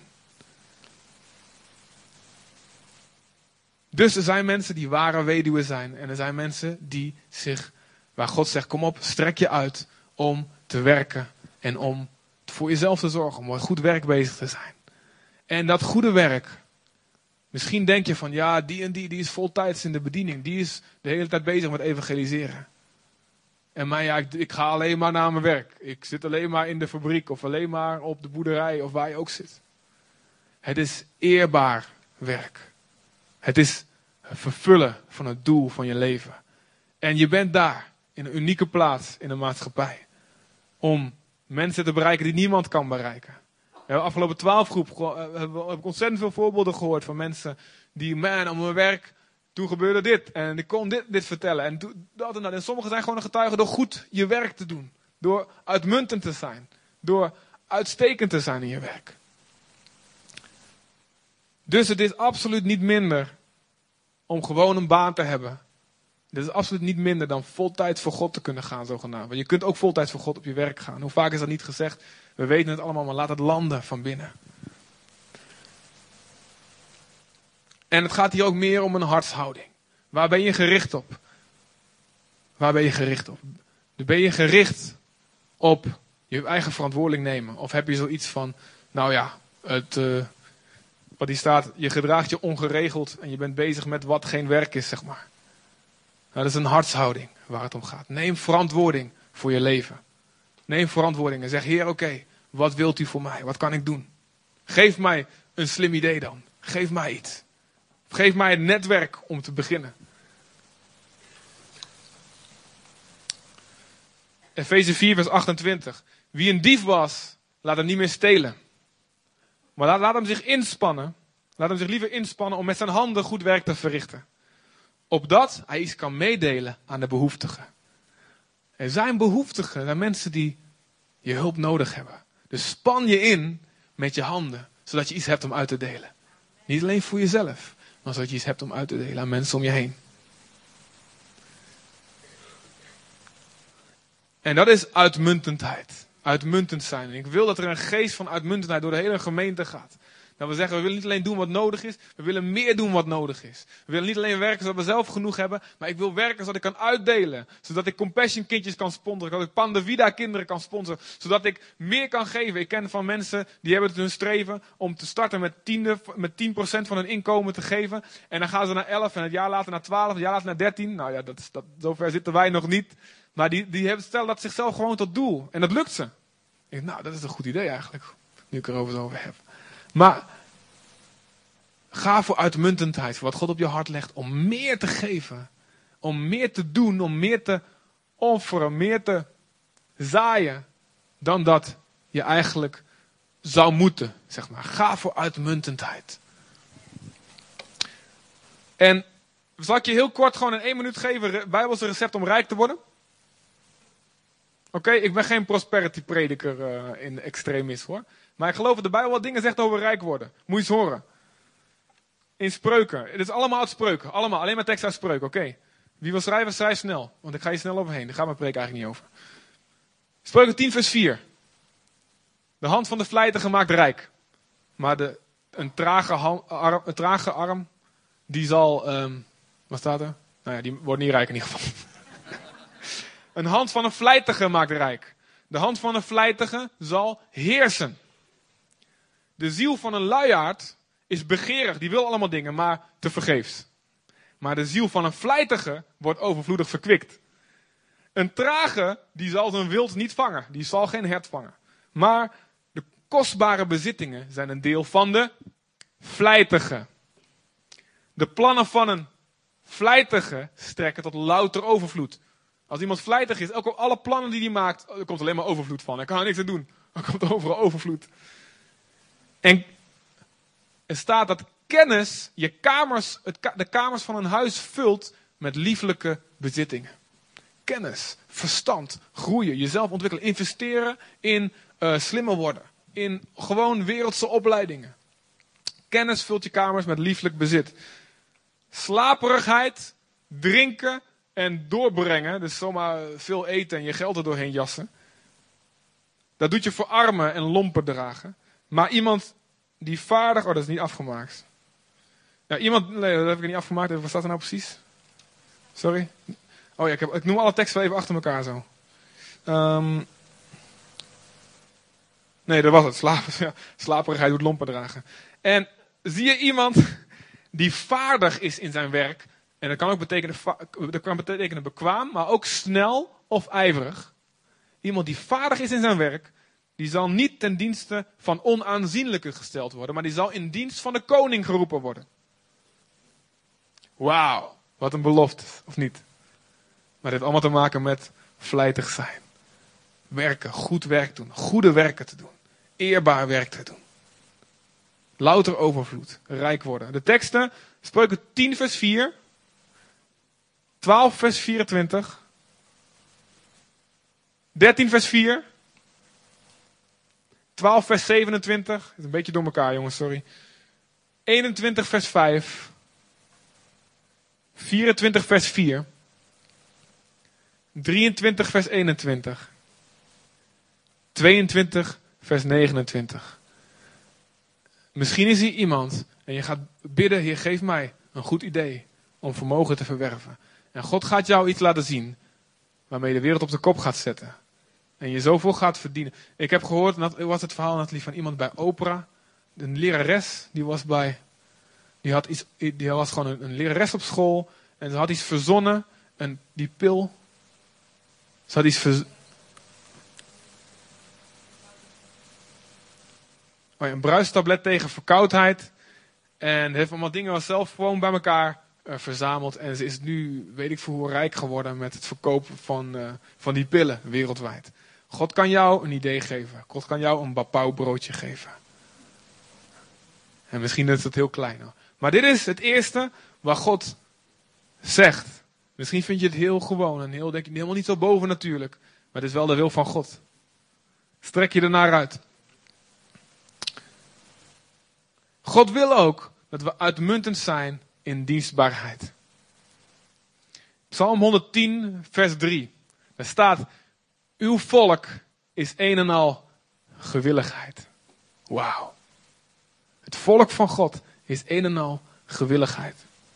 Dus er zijn mensen die ware weduwen zijn. En er zijn mensen die waar God zegt, kom op, strek je uit om te werken. En om voor jezelf te zorgen. Om goed werk bezig te zijn. En dat goede werk. Misschien denk je van, ja, die en die is voltijds in de bediening. Die is de hele tijd bezig met evangeliseren. En mij, ja, ik ga alleen maar naar mijn werk. Ik zit alleen maar in de fabriek of alleen maar op de boerderij of waar je ook zit. Het is eerbaar werk. Het is het vervullen van het doel van je leven. En je bent daar, in een unieke plaats in de maatschappij. Om mensen te bereiken die niemand kan bereiken. We hebben afgelopen 12 heb ik ontzettend veel voorbeelden gehoord van mensen die, op mijn werk, toen gebeurde dit. En ik kon dit vertellen. En dat en dat. En sommigen zijn gewoon een getuige door goed je werk te doen. Door uitmuntend te zijn. Door uitstekend te zijn in je werk. Dus het is absoluut niet minder om gewoon een baan te hebben. Het Dit is absoluut niet minder dan voltijds voor God te kunnen gaan, zogenaamd. Want je kunt ook voltijds voor God op je werk gaan. Hoe vaak is dat niet gezegd? We weten het allemaal, maar laat het landen van binnen. En het gaat hier ook meer om een hartshouding. Waar ben je gericht op? Waar ben je gericht op? Ben je gericht op je eigen verantwoording nemen? Of heb je zoiets van, nou ja, wat hier staat, je gedraagt je ongeregeld en je bent bezig met wat geen werk is, zeg maar. Nou, dat is een hartshouding waar het om gaat. Neem verantwoording voor je leven. Neem verantwoording en zeg, Heer, oké, wat wilt u voor mij? Wat kan ik doen? Geef mij een slim idee dan. Geef mij iets. Geef mij het netwerk om te beginnen. Efeze 4 vers 28. Wie een dief was, laat hem niet meer stelen. Maar laat hem zich inspannen. Laat hem zich liever inspannen om met zijn handen goed werk te verrichten. Opdat hij iets kan meedelen aan de behoeftigen. Er zijn behoeftigen, er zijn mensen die je hulp nodig hebben. Dus span je in met je handen, zodat je iets hebt om uit te delen. Niet alleen voor jezelf, maar zodat je iets hebt om uit te delen aan mensen om je heen. En dat is uitmuntendheid. Uitmuntend zijn. En ik wil dat er een geest van uitmuntendheid door de hele gemeente gaat. Dat we zeggen, we willen niet alleen doen wat nodig is, we willen meer doen wat nodig is. We willen niet alleen werken zodat we zelf genoeg hebben, maar ik wil werken zodat ik kan uitdelen. Zodat ik Compassion kindjes kan sponsoren, zodat ik Pandavida kinderen kan sponsoren. Zodat ik meer kan geven. Ik ken van mensen die hebben het hun streven om te starten met 10% van hun inkomen te geven. En dan gaan ze naar 11 en het jaar later naar 12, het jaar later naar 13. Nou ja, zover zitten wij nog niet. Maar die stellen dat zichzelf gewoon tot doel. En dat lukt ze. Ik denk, nou, dat is een goed idee eigenlijk. Nu ik erover over heb. Maar ga voor uitmuntendheid. Voor wat God op je hart legt. Om meer te geven. Om meer te doen. Om meer te offeren. Meer te zaaien. Dan dat je eigenlijk zou moeten. Zeg maar. Ga voor uitmuntendheid. En zal ik je heel kort gewoon in 1 minuut geven. Bijbelse recept om rijk te worden. Oké, ik ben geen prosperity prediker in extremis hoor. Maar ik geloof dat de Bijbel wat dingen zegt over rijk worden. Moet je eens horen. In Spreuken. Het is allemaal uit Spreuken. Allemaal. Alleen maar tekst uit Spreuken. Oké. Wie wil schrijven, schrijf snel. Want ik ga je snel overheen. Daar gaat mijn preek eigenlijk niet over. Spreuken 10 vers 4. De hand van de vlijtige maakt rijk. Maar een trage arm, die zal... wat staat er? Nou ja, die wordt niet rijk in ieder geval. Een hand van een vlijtige maakt rijk. De hand van een vlijtige zal heersen. De ziel van een luiaard is begeerig. Die wil allemaal dingen, maar tevergeefs. Maar de ziel van een vlijtige wordt overvloedig verkwikt. Een trage, die zal zijn wild niet vangen. Die zal geen hert vangen. Maar de kostbare bezittingen zijn een deel van de vlijtige. De plannen van een vlijtige strekken tot louter overvloed. Als iemand vlijtig is, ook alle plannen die hij maakt, er komt alleen maar overvloed van. Hij kan er niks aan doen. Er komt overal overvloed. En er staat dat kennis de kamers van een huis vult met lieflijke bezittingen. Kennis, verstand, groeien, jezelf ontwikkelen, investeren in slimmer worden. In gewoon wereldse opleidingen. Kennis vult je kamers met lieflijk bezit. Slaperigheid, drinken en doorbrengen, dus zomaar veel eten en je geld er doorheen jassen. Dat doet je voor armen en lompen dragen. Maar iemand die vaardig... Oh, dat is niet afgemaakt. Nee, dat heb ik niet afgemaakt. Wat staat er nou precies? Sorry. Oh ja, ik noem alle teksten wel even achter elkaar zo. Nee, dat was het. Slaperigheid doet lompen dragen. En zie je iemand die vaardig is in zijn werk... En dat kan ook betekenen bekwaam, maar ook snel of ijverig. Iemand die vaardig is in zijn werk, die zal niet ten dienste van onaanzienlijke gesteld worden, maar die zal in dienst van de koning geroepen worden. Wauw, wat een belofte, of niet? Maar dit heeft allemaal te maken met vlijtig zijn. Werken, goed werk doen, goede werken te doen, eerbaar werk te doen. Louter overvloed, rijk worden. De teksten, Spreuken 10 vers 4... 12 vers 24. 13 vers 4. 12 vers 27. Het is een beetje door elkaar jongens, sorry. 21 vers 5. 24 vers 4. 23 vers 21. 22 vers 29. Misschien is hier iemand en je gaat bidden, Heer, geef mij een goed idee om vermogen te verwerven. En God gaat jou iets laten zien waarmee je de wereld op de kop gaat zetten. En je zoveel gaat verdienen. Ik heb gehoord, was het verhaal Nathalie, van iemand bij Oprah. Een lerares, die was gewoon een lerares op school. En ze had iets verzonnen. En die pil. Ze had iets een bruistablet tegen verkoudheid. En heeft allemaal dingen zelf gewoon bij elkaar verzameld. En ze is nu, weet ik veel hoe rijk geworden met het verkopen van die pillen wereldwijd. God kan jou een idee geven. God kan jou een bapauwbroodje geven. En misschien is het heel klein. Hoor. Maar dit is het eerste wat God zegt. Misschien vind je het heel gewoon en denk je helemaal niet zo boven natuurlijk. Maar het is wel de wil van God. Strek je ernaar uit. God wil ook dat we uitmuntend zijn in dienstbaarheid. Psalm 110 vers 3. Daar staat: uw volk is een en al gewilligheid. Wauw. Het volk van God is een en al gewilligheid.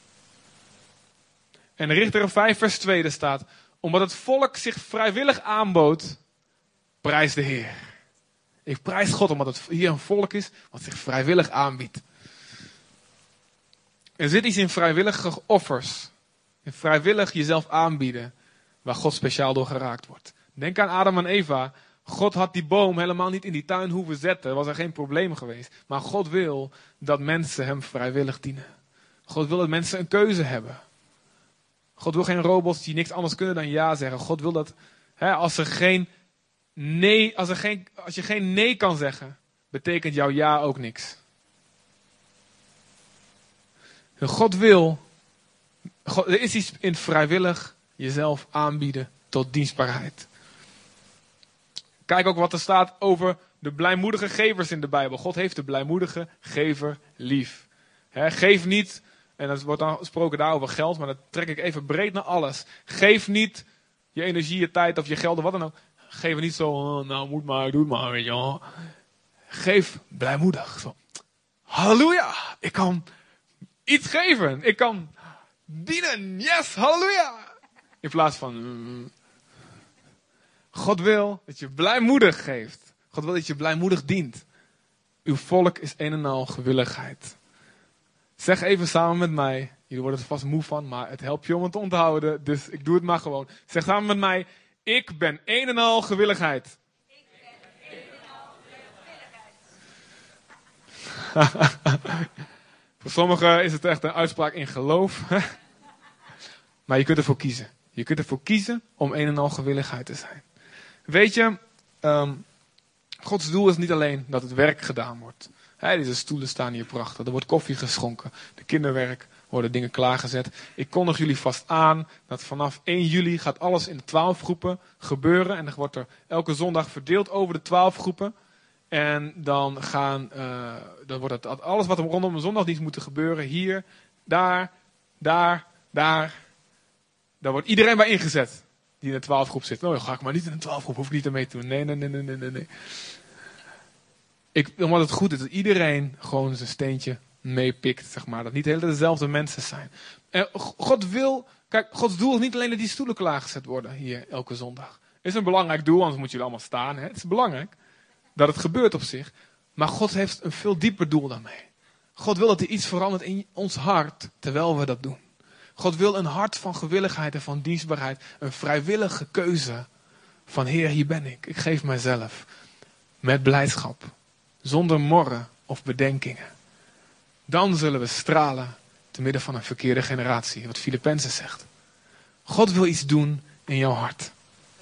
En Richteren 5 vers 2 daar staat: omdat het volk zich vrijwillig aanbood, prijs de Heer. Ik prijs God omdat het hier een volk is wat zich vrijwillig aanbiedt. Er zit iets in vrijwillige offers. In vrijwillig jezelf aanbieden, waar God speciaal door geraakt wordt. Denk aan Adam en Eva. God had die boom helemaal niet in die tuin hoeven zetten. Was er geen probleem geweest. Maar God wil dat mensen hem vrijwillig dienen. God wil dat mensen een keuze hebben. God wil geen robots die niks anders kunnen dan ja zeggen. God wil dat als je geen nee kan zeggen, betekent jouw ja ook niks. God wil, er is iets in vrijwillig jezelf aanbieden tot dienstbaarheid. Kijk ook wat er staat over de blijmoedige gevers in de Bijbel. God heeft de blijmoedige gever lief. Geef niet, en dat wordt dan gesproken daar over geld, maar dat trek ik even breed naar alles. Geef niet je energie, je tijd of je geld of wat dan ook. Geef niet zo, nou moet maar, doe maar, weet je wel. Geef blijmoedig. Zo. Halleluja, ik kan iets geven. Ik kan dienen. Yes, halleluja. In plaats van, God wil dat je blijmoedig geeft. God wil dat je blijmoedig dient. Uw volk is een en al gewilligheid. Zeg even samen met mij. Jullie worden er vast moe van, maar het helpt je om het te onthouden. Dus ik doe het maar gewoon. Zeg samen met mij. Ik ben een en al gewilligheid. Ik ben een en al gewilligheid. Voor sommigen is het echt een uitspraak in geloof. Maar je kunt ervoor kiezen. Je kunt ervoor kiezen om een en al gewilligheid te zijn. Weet je, Gods doel is niet alleen dat het werk gedaan wordt. Deze stoelen staan hier prachtig. Er wordt koffie geschonken. De kinderwerk worden dingen klaargezet. Ik kondig jullie vast aan dat vanaf 1 juli gaat alles in de 12 groepen gebeuren. En dan wordt er elke zondag verdeeld over de 12 groepen. En dan wordt het alles wat er rondom een zondagdienst moet gebeuren. Hier, daar. Daar wordt iedereen bij ingezet. Die in de 12 groep zit. Nou, ga ik maar niet in de 12 groep. Hoef ik niet ermee te doen. Nee. Omdat het goed is dat iedereen gewoon zijn steentje meepikt. Zeg maar. Dat niet hele dezelfde mensen zijn. En Gods doel is niet alleen dat die stoelen klaargezet worden hier elke zondag. Het is een belangrijk doel, anders moeten jullie allemaal staan. Hè? Het is belangrijk dat het gebeurt op zich. Maar God heeft een veel dieper doel daarmee. God wil dat er iets verandert in ons hart terwijl we dat doen. God wil een hart van gewilligheid en van dienstbaarheid. Een vrijwillige keuze van Heer, hier ben ik. Ik geef mijzelf. Met blijdschap. Zonder morren of bedenkingen. Dan zullen we stralen te midden van een verkeerde generatie. Wat Filippenzen zegt. God wil iets doen in jouw hart.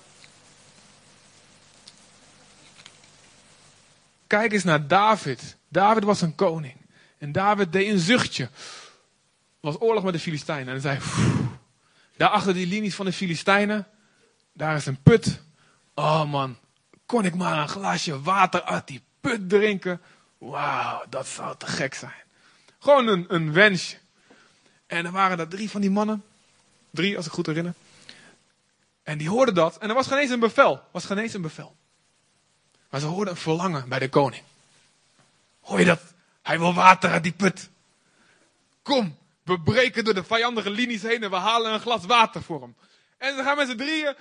Kijk eens naar David. David was een koning. En David deed een zuchtje. Er was oorlog met de Filistijnen. En hij zei, daar achter die linies van de Filistijnen, daar is een put. Oh man, kon ik maar een glaasje water uit die put drinken. Wauw, dat zou te gek zijn. Gewoon een wensje. En er waren er 3 van die mannen. 3 als ik goed herinner. En die hoorden dat. En er was geen eens een bevel. Maar ze hoorden een verlangen bij de koning. Hoor je dat? Hij wil water uit die put. Kom, we breken door de vijandige linies heen en we halen een glas water voor hem. En ze gaan met z'n drieën.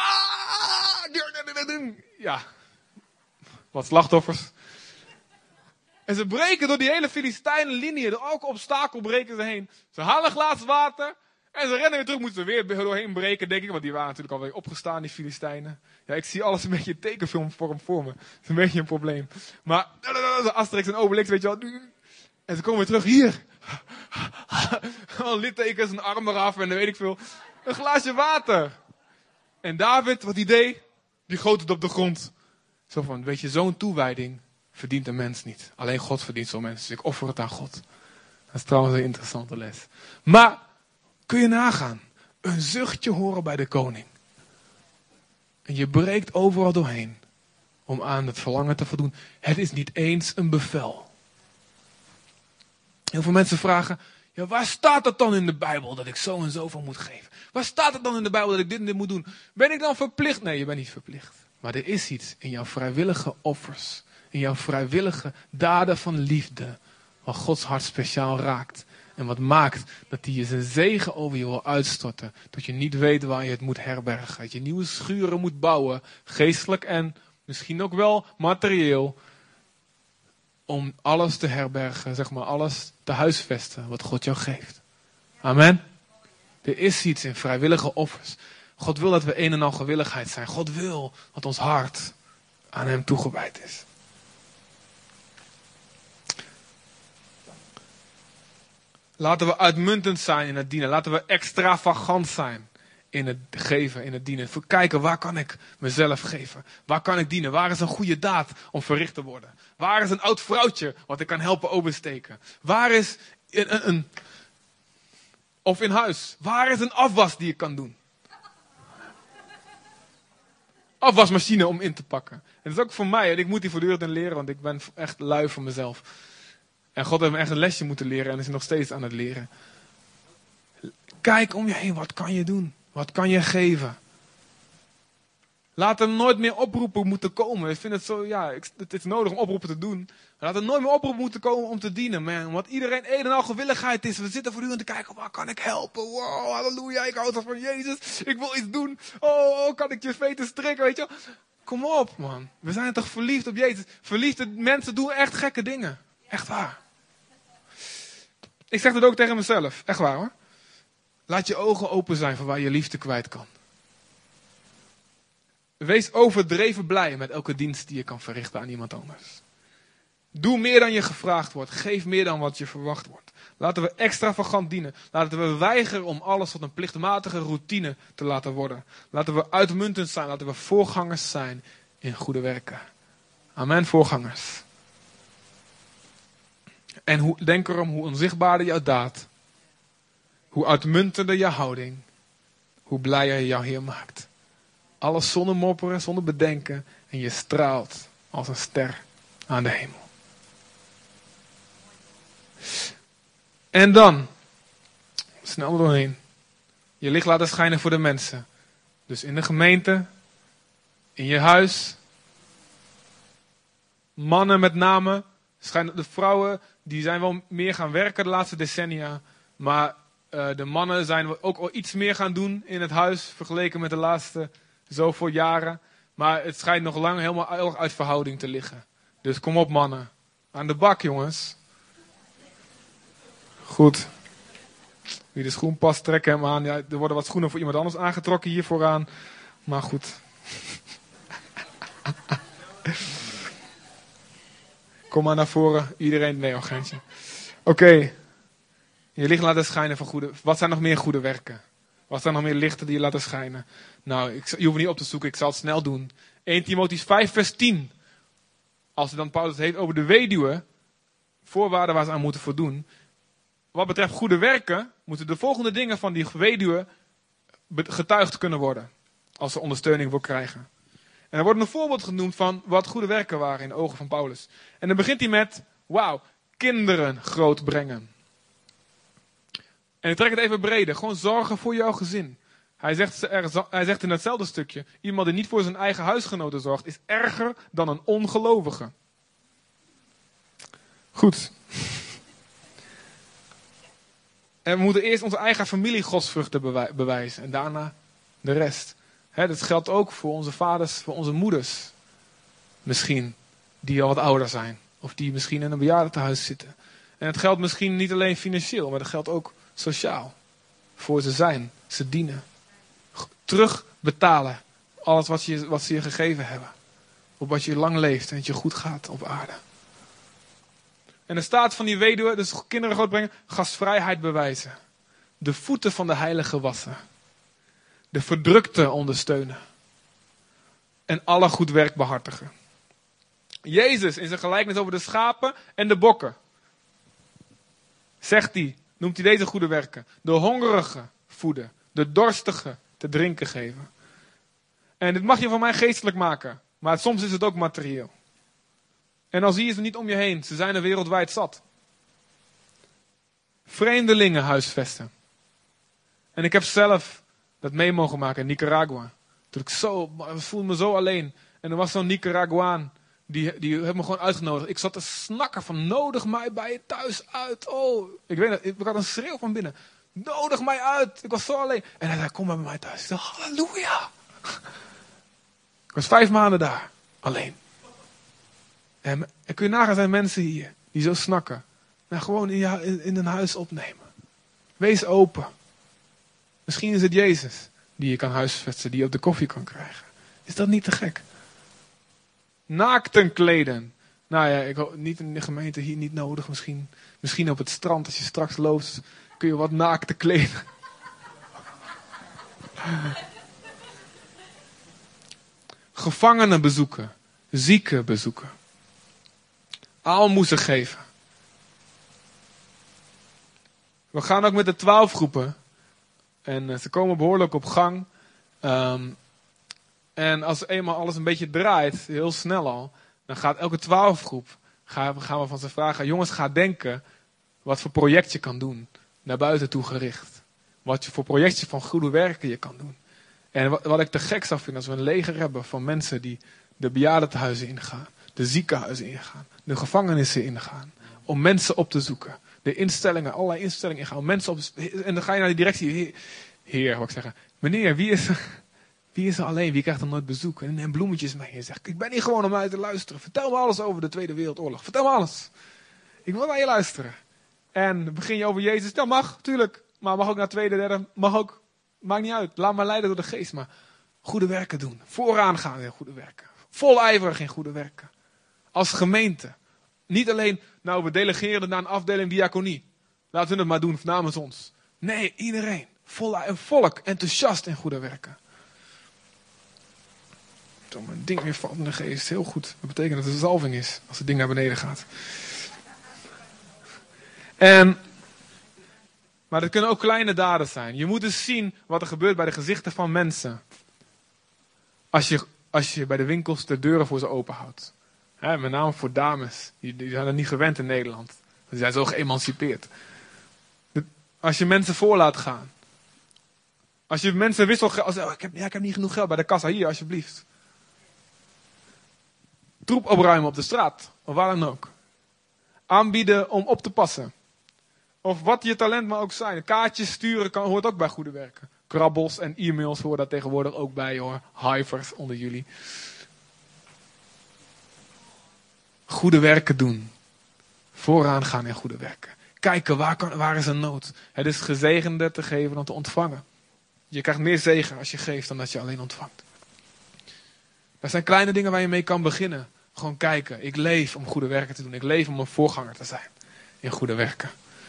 Ja, wat slachtoffers. En ze breken door die hele Filistijnenlinie, door elke obstakel breken ze heen. Ze halen een glas water en ze rennen weer terug. Moeten ze weer doorheen breken, denk ik. Want die waren natuurlijk alweer opgestaan, die Filistijnen. Ja, ik zie alles een beetje in tekenfilmvorm voor me. Dat is een beetje een probleem. Maar Asterix en Obelix, weet je wel. En ze komen weer terug. Hier. Al littekens, een arm eraf en dan weet ik veel. Een glaasje water. En David, wat hij deed, die goot het op de grond. Zo van, weet je, zo'n toewijding verdient een mens niet. Alleen God verdient zo'n mens. Dus ik offer het aan God. Dat is trouwens een interessante les. Maar, kun je nagaan. Een zuchtje horen bij de koning. En je breekt overal doorheen. Om aan het verlangen te voldoen. Het is niet eens een bevel. Heel veel mensen vragen. Ja, waar staat het dan in de Bijbel dat ik zo en zo van moet geven? Waar staat het dan in de Bijbel dat ik dit en dit moet doen? Ben ik dan verplicht? Nee, je bent niet verplicht. Maar er is iets in jouw vrijwillige offers. In jouw vrijwillige daden van liefde. Wat Gods hart speciaal raakt. En wat maakt dat hij je zijn zegen over je wil uitstorten. Dat je niet weet waar je het moet herbergen. Dat je nieuwe schuren moet bouwen. Geestelijk en misschien ook wel materieel. Om alles te herbergen. Zeg maar alles te huisvesten wat God jou geeft. Amen. Er is iets in vrijwillige offers. God wil dat we een en al gewilligheid zijn. God wil dat ons hart aan hem toegewijd is. Laten we uitmuntend zijn in het dienen. Laten we extravagant zijn in het geven, in het dienen. Kijken, waar kan ik mezelf geven? Waar kan ik dienen? Waar is een goede daad om verricht te worden? Waar is een oud vrouwtje wat ik kan helpen opensteken? Waar is of in huis. Waar is een afwas die ik kan doen? Afwasmachine om in te pakken. En dat is ook voor mij. En ik moet die voortdurend in leren, want ik ben echt lui voor mezelf. En God heeft me echt een lesje moeten leren en is nog steeds aan het leren. Kijk om je heen. Wat kan je doen? Wat kan je geven? Laat er nooit meer oproepen moeten komen. Ik vind het zo, ja, het is nodig om oproepen te doen. Laat er nooit meer oproepen moeten komen om te dienen, man. Want iedereen een en al gewilligheid is. We zitten voortdurend te kijken, waar kan ik helpen? Wow, halleluja, ik hou van Jezus. Ik wil iets doen. Oh, kan ik je veten strikken, weet je wel? Kom op, man. We zijn toch verliefd op Jezus. Verliefde mensen doen echt gekke dingen. Echt waar. Ik zeg dat ook tegen mezelf. Echt waar, hoor. Laat je ogen open zijn voor waar je liefde kwijt kan. Wees overdreven blij met elke dienst die je kan verrichten aan iemand anders. Doe meer dan je gevraagd wordt. Geef meer dan wat je verwacht wordt. Laten we extravagant dienen. Laten we weigeren om alles tot een plichtmatige routine te laten worden. Laten we uitmuntend zijn. Laten we voorgangers zijn in goede werken. Amen, voorgangers. En denk erom hoe onzichtbaarder jouw daad. Hoe uitmuntender jouw houding. Hoe blijer je jouw Heer maakt. Alles zonder mopperen, zonder bedenken. En je straalt als een ster aan de hemel. En dan, snel doorheen. Je licht laten schijnen voor de mensen. Dus in de gemeente. In je huis. Mannen met name. De vrouwen die zijn wel meer gaan werken de laatste decennia. Maar de mannen zijn ook al iets meer gaan doen in het huis. Vergeleken met de laatste zoveel jaren. Maar het schijnt nog lang helemaal uit verhouding te liggen. Dus kom op, mannen. Aan de bak, jongens. Goed. Wie de schoen past, trek hem aan. Ja, er worden wat schoenen voor iemand anders aangetrokken hier vooraan. Maar goed. Kom maar naar voren. Iedereen. Nee, agentje. Oké. Je licht laten schijnen van goede. Wat zijn nog meer goede werken? Wat zijn nog meer lichten die je laten schijnen? Nou, je hoeft niet op te zoeken. Ik zal het snel doen. 1 Timotheüs 5 vers 10. Als het dan Paulus het heeft over de weduwe. Voorwaarden waar ze aan moeten voldoen. Wat betreft goede werken. Moeten de volgende dingen van die weduwe getuigd kunnen worden. Als ze ondersteuning wil krijgen. En er wordt een voorbeeld genoemd van wat goede werken waren in de ogen van Paulus. En dan begint hij met, wauw, kinderen grootbrengen. En ik trek het even breder. Gewoon zorgen voor jouw gezin. Hij zegt in hetzelfde stukje, iemand die niet voor zijn eigen huisgenoten zorgt, is erger dan een ongelovige. Goed. En we moeten eerst onze eigen familie godsvruchten bewijzen. En daarna de rest. Dat geldt ook voor onze vaders, voor onze moeders. Misschien. Die al wat ouder zijn. Of die misschien in een bejaardentehuis zitten. En het geldt misschien niet alleen financieel. Maar het geldt ook sociaal. Voor ze zijn. Ze dienen. Terugbetalen. Alles wat ze je gegeven hebben. Op wat je lang leeft. En het je goed gaat op aarde. En de staat van die weduwe, dus kinderen grootbrengen, gastvrijheid bewijzen. De voeten van de heilige wassen. De verdrukte ondersteunen. En alle goed werk behartigen. Jezus in zijn gelijkenis over de schapen en de bokken. Noemt hij deze goede werken. De hongerige voeden. De dorstige te drinken geven. En dit mag je van mij geestelijk maken. Maar soms is het ook materieel. En dan zie je ze niet om je heen. Ze zijn er wereldwijd zat. Vreemdelingen huisvesten. En ik heb zelf dat mee mogen maken in Nicaragua. Toen ik voelde me zo alleen. En er was zo'n Nicaraguaan. Die heeft me gewoon uitgenodigd. Ik zat te snakken van nodig mij bij je thuis uit. Oh, ik weet het. Ik had een schreeuw van binnen. Nodig mij uit. Ik was zo alleen. En hij zei, kom maar bij mij thuis. Ik zei, halleluja. Ik was 5 maanden daar. Alleen. En kun je nagaan, zijn mensen hier die zo snakken. Nou, gewoon in een huis opnemen. Wees open. Misschien is het Jezus die je kan huisvesten, die je op de koffie kan krijgen. Is dat niet te gek? Naakten kleden. Nou ja, ik hoop niet in de gemeente hier niet nodig. Misschien op het strand als je straks loopt kun je wat naakten kleden. Gevangenen bezoeken. Zieken bezoeken. Aalmoezen geven. We gaan ook met de 12 groepen. En ze komen behoorlijk op gang. En als eenmaal alles een beetje draait, heel snel al, dan gaat elke 12 groep, gaan we van ze vragen, jongens, ga denken wat voor project je kan doen. Naar buiten toe gericht. Wat je voor projectje van goede werken je kan doen. En wat ik te gek zou vinden, als we een leger hebben van mensen die de bejaardentehuizen ingaan, de ziekenhuizen ingaan, de gevangenissen ingaan, om mensen op te zoeken. De instellingen, allerlei instellingen ingaan, om mensen op te zoeken. En dan ga je naar die directie, heer, wat ik zeggen, meneer, wie is er alleen? Wie krijgt er nooit bezoek? En bloemetjes mee. Je zegt, ik ben hier gewoon om uit te luisteren. Vertel me alles over de Tweede Wereldoorlog. Vertel me alles. Ik wil naar je luisteren. En begin je over Jezus. Dat mag, tuurlijk. Maar mag ook naar tweede, derde. Mag ook. Maakt niet uit. Laat maar leiden door de geest. Maar goede werken doen. Vooraan gaan in goede werken. Volijverig in goede werken. Als gemeente. Niet alleen, nou we delegeren het naar een afdeling diaconie. Laten we het maar doen namens ons. Nee, iedereen. Een volk. Enthousiast in goede werken. Om een ding weer valt in de geest. Heel goed. Dat betekent dat het een zalving is. Als het ding naar beneden gaat. Maar dat kunnen ook kleine daden zijn. Je moet dus zien wat er gebeurt bij de gezichten van mensen. Als je bij de winkels de deuren voor ze open houdt. Met name voor dames. Die zijn er niet gewend in Nederland. Die zijn zo geëmancipeerd. Als je mensen voor laat gaan. Als je mensen wisselgeld. Ik heb niet genoeg geld bij de kassa. Hier, alsjeblieft. Troep opruimen op de straat. Of waar dan ook. Aanbieden om op te passen. Of wat je talent maar ook zijn. Kaartjes sturen hoort ook bij goede werken. Krabbels en e-mails horen daar tegenwoordig ook bij hoor. Hivers onder jullie. Goede werken doen. Vooraan gaan in goede werken. Kijken waar is een nood. Het is gezegende te geven dan te ontvangen. Je krijgt meer zegen als je geeft dan dat je alleen ontvangt. Dat zijn kleine dingen waar je mee kan beginnen. Gewoon kijken. Ik leef om goede werken te doen. Ik leef om een voorganger te zijn. In goede werken.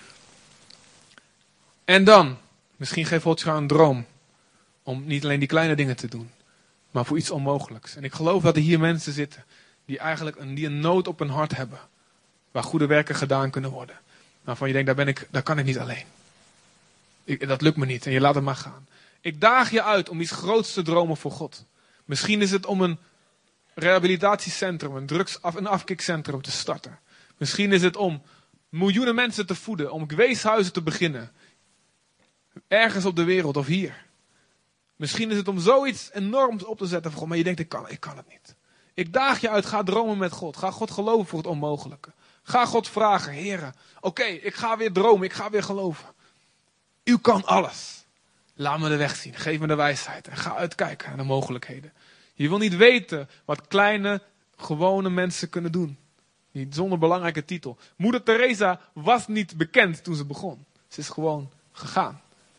En dan. Misschien geeft God je een droom. Om niet alleen die kleine dingen te doen. Maar voor iets onmogelijks. En ik geloof dat er hier mensen zitten. Die eigenlijk een nood op hun hart hebben. Waar goede werken gedaan kunnen worden. Waarvan je denkt, daar kan ik niet alleen. Dat lukt me niet. En je laat het maar gaan. Ik daag je uit om iets groots te dromen voor God. Misschien is het om een rehabilitatiecentrum, een afkikcentrum te starten. Misschien is het om miljoenen mensen te voeden. Om weeshuizen te beginnen. Ergens op de wereld of hier. Misschien is het om zoiets enorms op te zetten voor God, maar je denkt, ik kan het niet. Ik daag je uit, ga dromen met God. Ga God geloven voor het onmogelijke. Ga God vragen, Heere, oké, ik ga weer dromen, ik ga weer geloven. U kan alles. Laat me de weg zien, geef me de wijsheid en ga uitkijken naar de mogelijkheden. Je wil niet weten wat kleine, gewone mensen kunnen doen. Niet zonder belangrijke titel. Moeder Teresa was niet bekend toen ze begon. Ze is gewoon gegaan.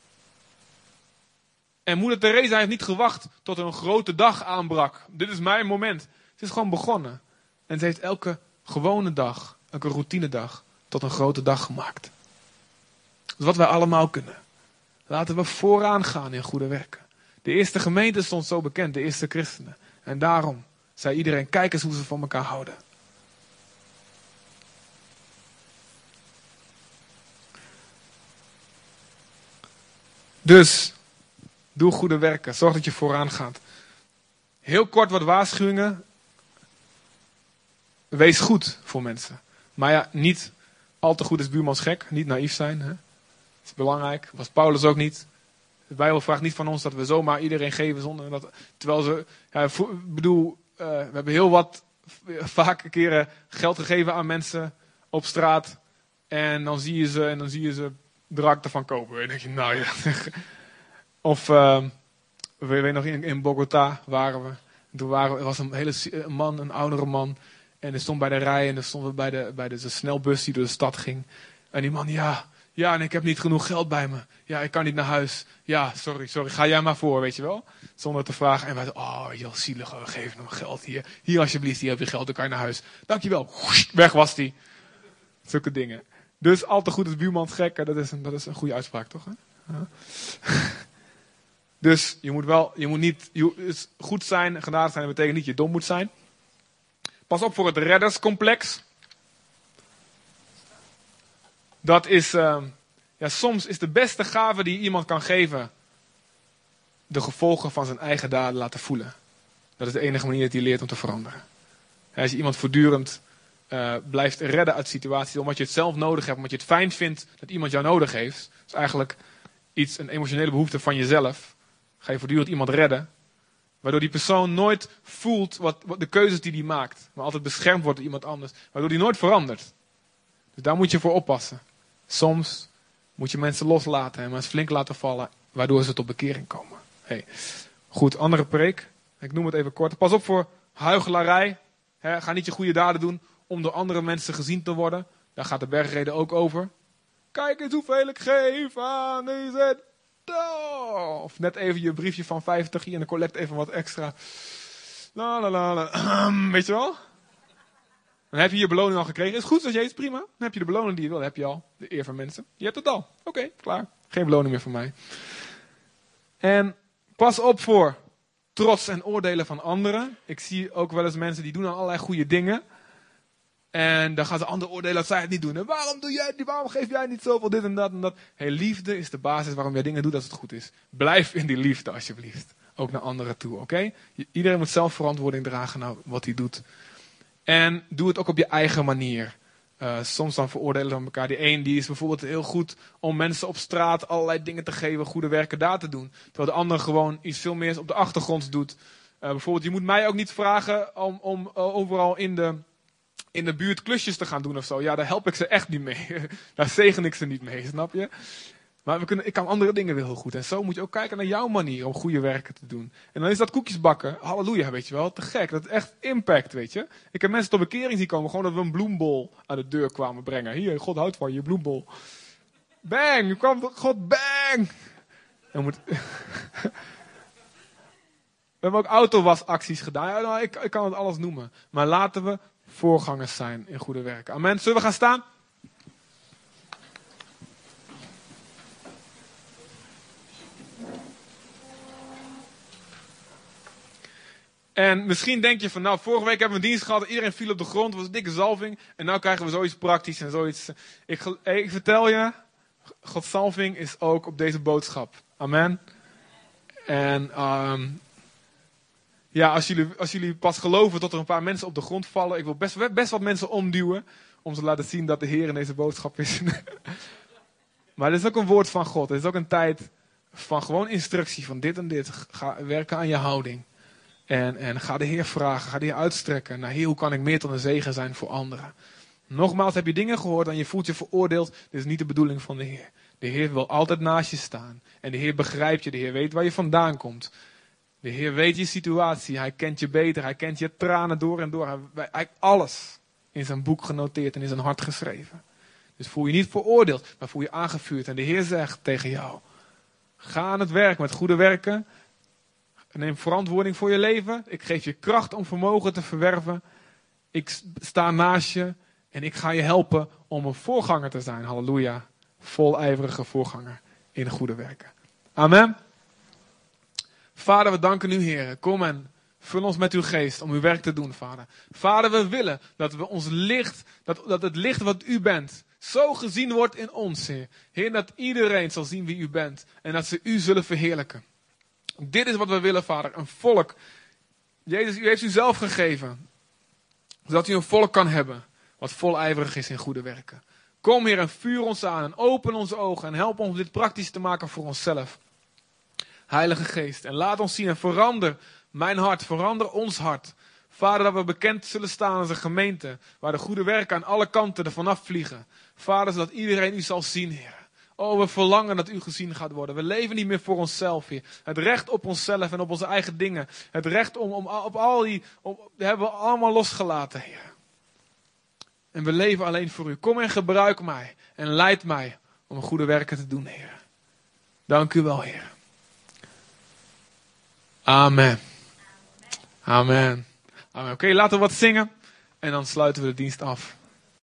En moeder Teresa heeft niet gewacht tot er een grote dag aanbrak. Dit is mijn moment. Ze is gewoon begonnen. En ze heeft elke gewone dag, elke routinedag, tot een grote dag gemaakt. Dat is wat wij allemaal kunnen. Laten we vooraan gaan in goede werken. De eerste gemeente stond zo bekend, de eerste christenen. En daarom zei iedereen, kijk eens hoe ze van elkaar houden. Dus, doe goede werken. Zorg dat je vooraan gaat. Heel kort wat waarschuwingen. Wees goed voor mensen. Maar ja, niet al te goed is buurmans gek. Niet naïef zijn. Hè? Dat is belangrijk. Was Paulus ook niet. De Bijbel vraagt niet van ons dat we zomaar iedereen geven zonder dat. Terwijl ze, ja, we hebben heel wat vaak keren geld gegeven aan mensen op straat. En dan zie je ze drak ervan kopen. En dan denk je, nou ja. Of, we weten nog, in Bogota waren we. Toen was een man, een oudere man. En er stond bij de rij en dan stonden we bij de snelbus die door de stad ging. En die man, ja, en ik heb niet genoeg geld bij me. Ja, ik kan niet naar huis. Ja, sorry, ga jij maar voor, weet je wel. Zonder te vragen. En wij zeiden, weet je wel, zielig, we geven hem geld hier. Hier alsjeblieft, hier heb je geld, dan kan je naar huis. Dankjewel. Weg was die. Zulke dingen. Dus al te goed is buurman gek, dat is een goede uitspraak, toch? Hè? Ja. Dus het goed zijn, genadig zijn, dat betekent niet dat je dom moet zijn. Pas op voor het redderscomplex. Dat is, soms is de beste gave die iemand kan geven, de gevolgen van zijn eigen daden laten voelen. Dat is de enige manier dat hij leert om te veranderen. Als je iemand voortdurend blijft redden uit situaties, omdat je het zelf nodig hebt, omdat je het fijn vindt dat iemand jou nodig heeft. Dat is eigenlijk een emotionele behoefte van jezelf. Ga je voortdurend iemand redden. Waardoor die persoon nooit voelt wat de keuzes die hij maakt. Maar altijd beschermd wordt door iemand anders. Waardoor die nooit verandert. Dus daar moet je voor oppassen. Soms moet je mensen loslaten en maar eens flink laten vallen. Waardoor ze tot bekering komen. Hey. Goed, andere preek. Ik noem het even kort. Pas op voor huichelarij. Ga niet je goede daden doen om door andere mensen gezien te worden. Daar gaat de bergreden ook over. Kijk eens hoeveel ik geef aan deze. Of net even je briefje van 50 hier en de collect even wat extra. Weet je wel? Dan heb je je beloning al gekregen. Is goed, zoals je is prima. Dan heb je de beloning die je wil. Dan heb je al de eer van mensen. Je hebt het al. Oké, klaar. Geen beloning meer van mij. En pas op voor trots en oordelen van anderen. Ik zie ook wel eens mensen die doen aan allerlei goede dingen. En dan gaan ze anderen oordelen dat zij het niet doen. En waarom doe jij het niet? Waarom geef jij niet zoveel dit en dat en dat? Hey, liefde is de basis waarom jij dingen doet als het goed is. Blijf in die liefde alsjeblieft. Ook naar anderen toe, oké? Iedereen moet zelf verantwoording dragen naar wat hij doet. En doe het ook op je eigen manier. Soms dan veroordelen we elkaar. Die een die is bijvoorbeeld heel goed om mensen op straat allerlei dingen te geven, goede werken daar te doen. Terwijl de ander gewoon iets veel meer op de achtergrond doet. Bijvoorbeeld, je moet mij ook niet vragen om overal in de buurt klusjes te gaan doen of zo. Ja, daar help ik ze echt niet mee. Daar zegen ik ze niet mee, snap je? Maar ik kan andere dingen wel heel goed. En zo moet je ook kijken naar jouw manier om goede werken te doen. En dan is dat koekjes bakken. Halleluja, weet je wel. Te gek. Dat is echt impact, weet je. Ik heb mensen tot bekering zien komen. Gewoon dat we een bloembol aan de deur kwamen brengen. Hier, God houdt van je bloembol. Bang! Je kwam God, bang! We hebben ook autowasacties gedaan. Ja, nou, ik kan het alles noemen. Maar laten we voorgangers zijn in goede werken. Amen. Zullen we gaan staan? En misschien denk je van, nou, vorige week hebben we een dienst gehad, iedereen viel op de grond, het was een dikke zalving. En nu krijgen we zoiets praktisch en zoiets. Ik vertel je, Gods zalving is ook op deze boodschap. Amen. En als jullie pas geloven tot er een paar mensen op de grond vallen, ik wil best wat mensen omduwen, om te laten zien dat de Heer in deze boodschap is. Maar dit is ook een woord van God. Het is ook een tijd van gewoon instructie van dit en dit. Ga werken aan je houding. En ga de Heer vragen, ga de Heer uitstrekken. Nou, Heer, hoe kan ik meer tot een zegen zijn voor anderen? Nogmaals, heb je dingen gehoord en je voelt je veroordeeld. Dit is niet de bedoeling van de Heer. De Heer wil altijd naast je staan. En de Heer begrijpt je, de Heer weet waar je vandaan komt. De Heer weet je situatie, Hij kent je beter, Hij kent je tranen door en door. Hij heeft alles in zijn boek genoteerd en in zijn hart geschreven. Dus voel je niet veroordeeld, maar voel je aangevuurd. En de Heer zegt tegen jou, ga aan het werk met goede werken. Neem verantwoording voor je leven. Ik geef je kracht om vermogen te verwerven. Ik sta naast je en ik ga je helpen om een voorganger te zijn. Halleluja. Volijverige voorganger in goede werken. Amen. Vader, we danken u, Heer. Kom en vul ons met uw geest om uw werk te doen, Vader. Vader, we willen dat we ons licht, dat het licht wat u bent, zo gezien wordt in ons, Heer. Heer, dat iedereen zal zien wie u bent en dat ze u zullen verheerlijken. Dit is wat we willen, Vader. Een volk. Jezus, u heeft u zelf gegeven. Zodat u een volk kan hebben wat volijverig is in goede werken. Kom, Heer, en vuur ons aan en open onze ogen en help ons om dit praktisch te maken voor onszelf. Heilige Geest, en laat ons zien en verander mijn hart, verander ons hart. Vader, dat we bekend zullen staan als een gemeente waar de goede werken aan alle kanten er vanaf vliegen. Vader, zodat iedereen u zal zien, Heer. Oh, we verlangen dat u gezien gaat worden. We leven niet meer voor onszelf, Heer. Het recht op onszelf en op onze eigen dingen. Het recht op al die, hebben we allemaal losgelaten, Heer. En we leven alleen voor u. Kom en gebruik mij en leid mij om goede werken te doen, Heer. Dank u wel, Heer. Amen. Amen. Amen. Oké, laten we wat zingen en dan sluiten we de dienst af.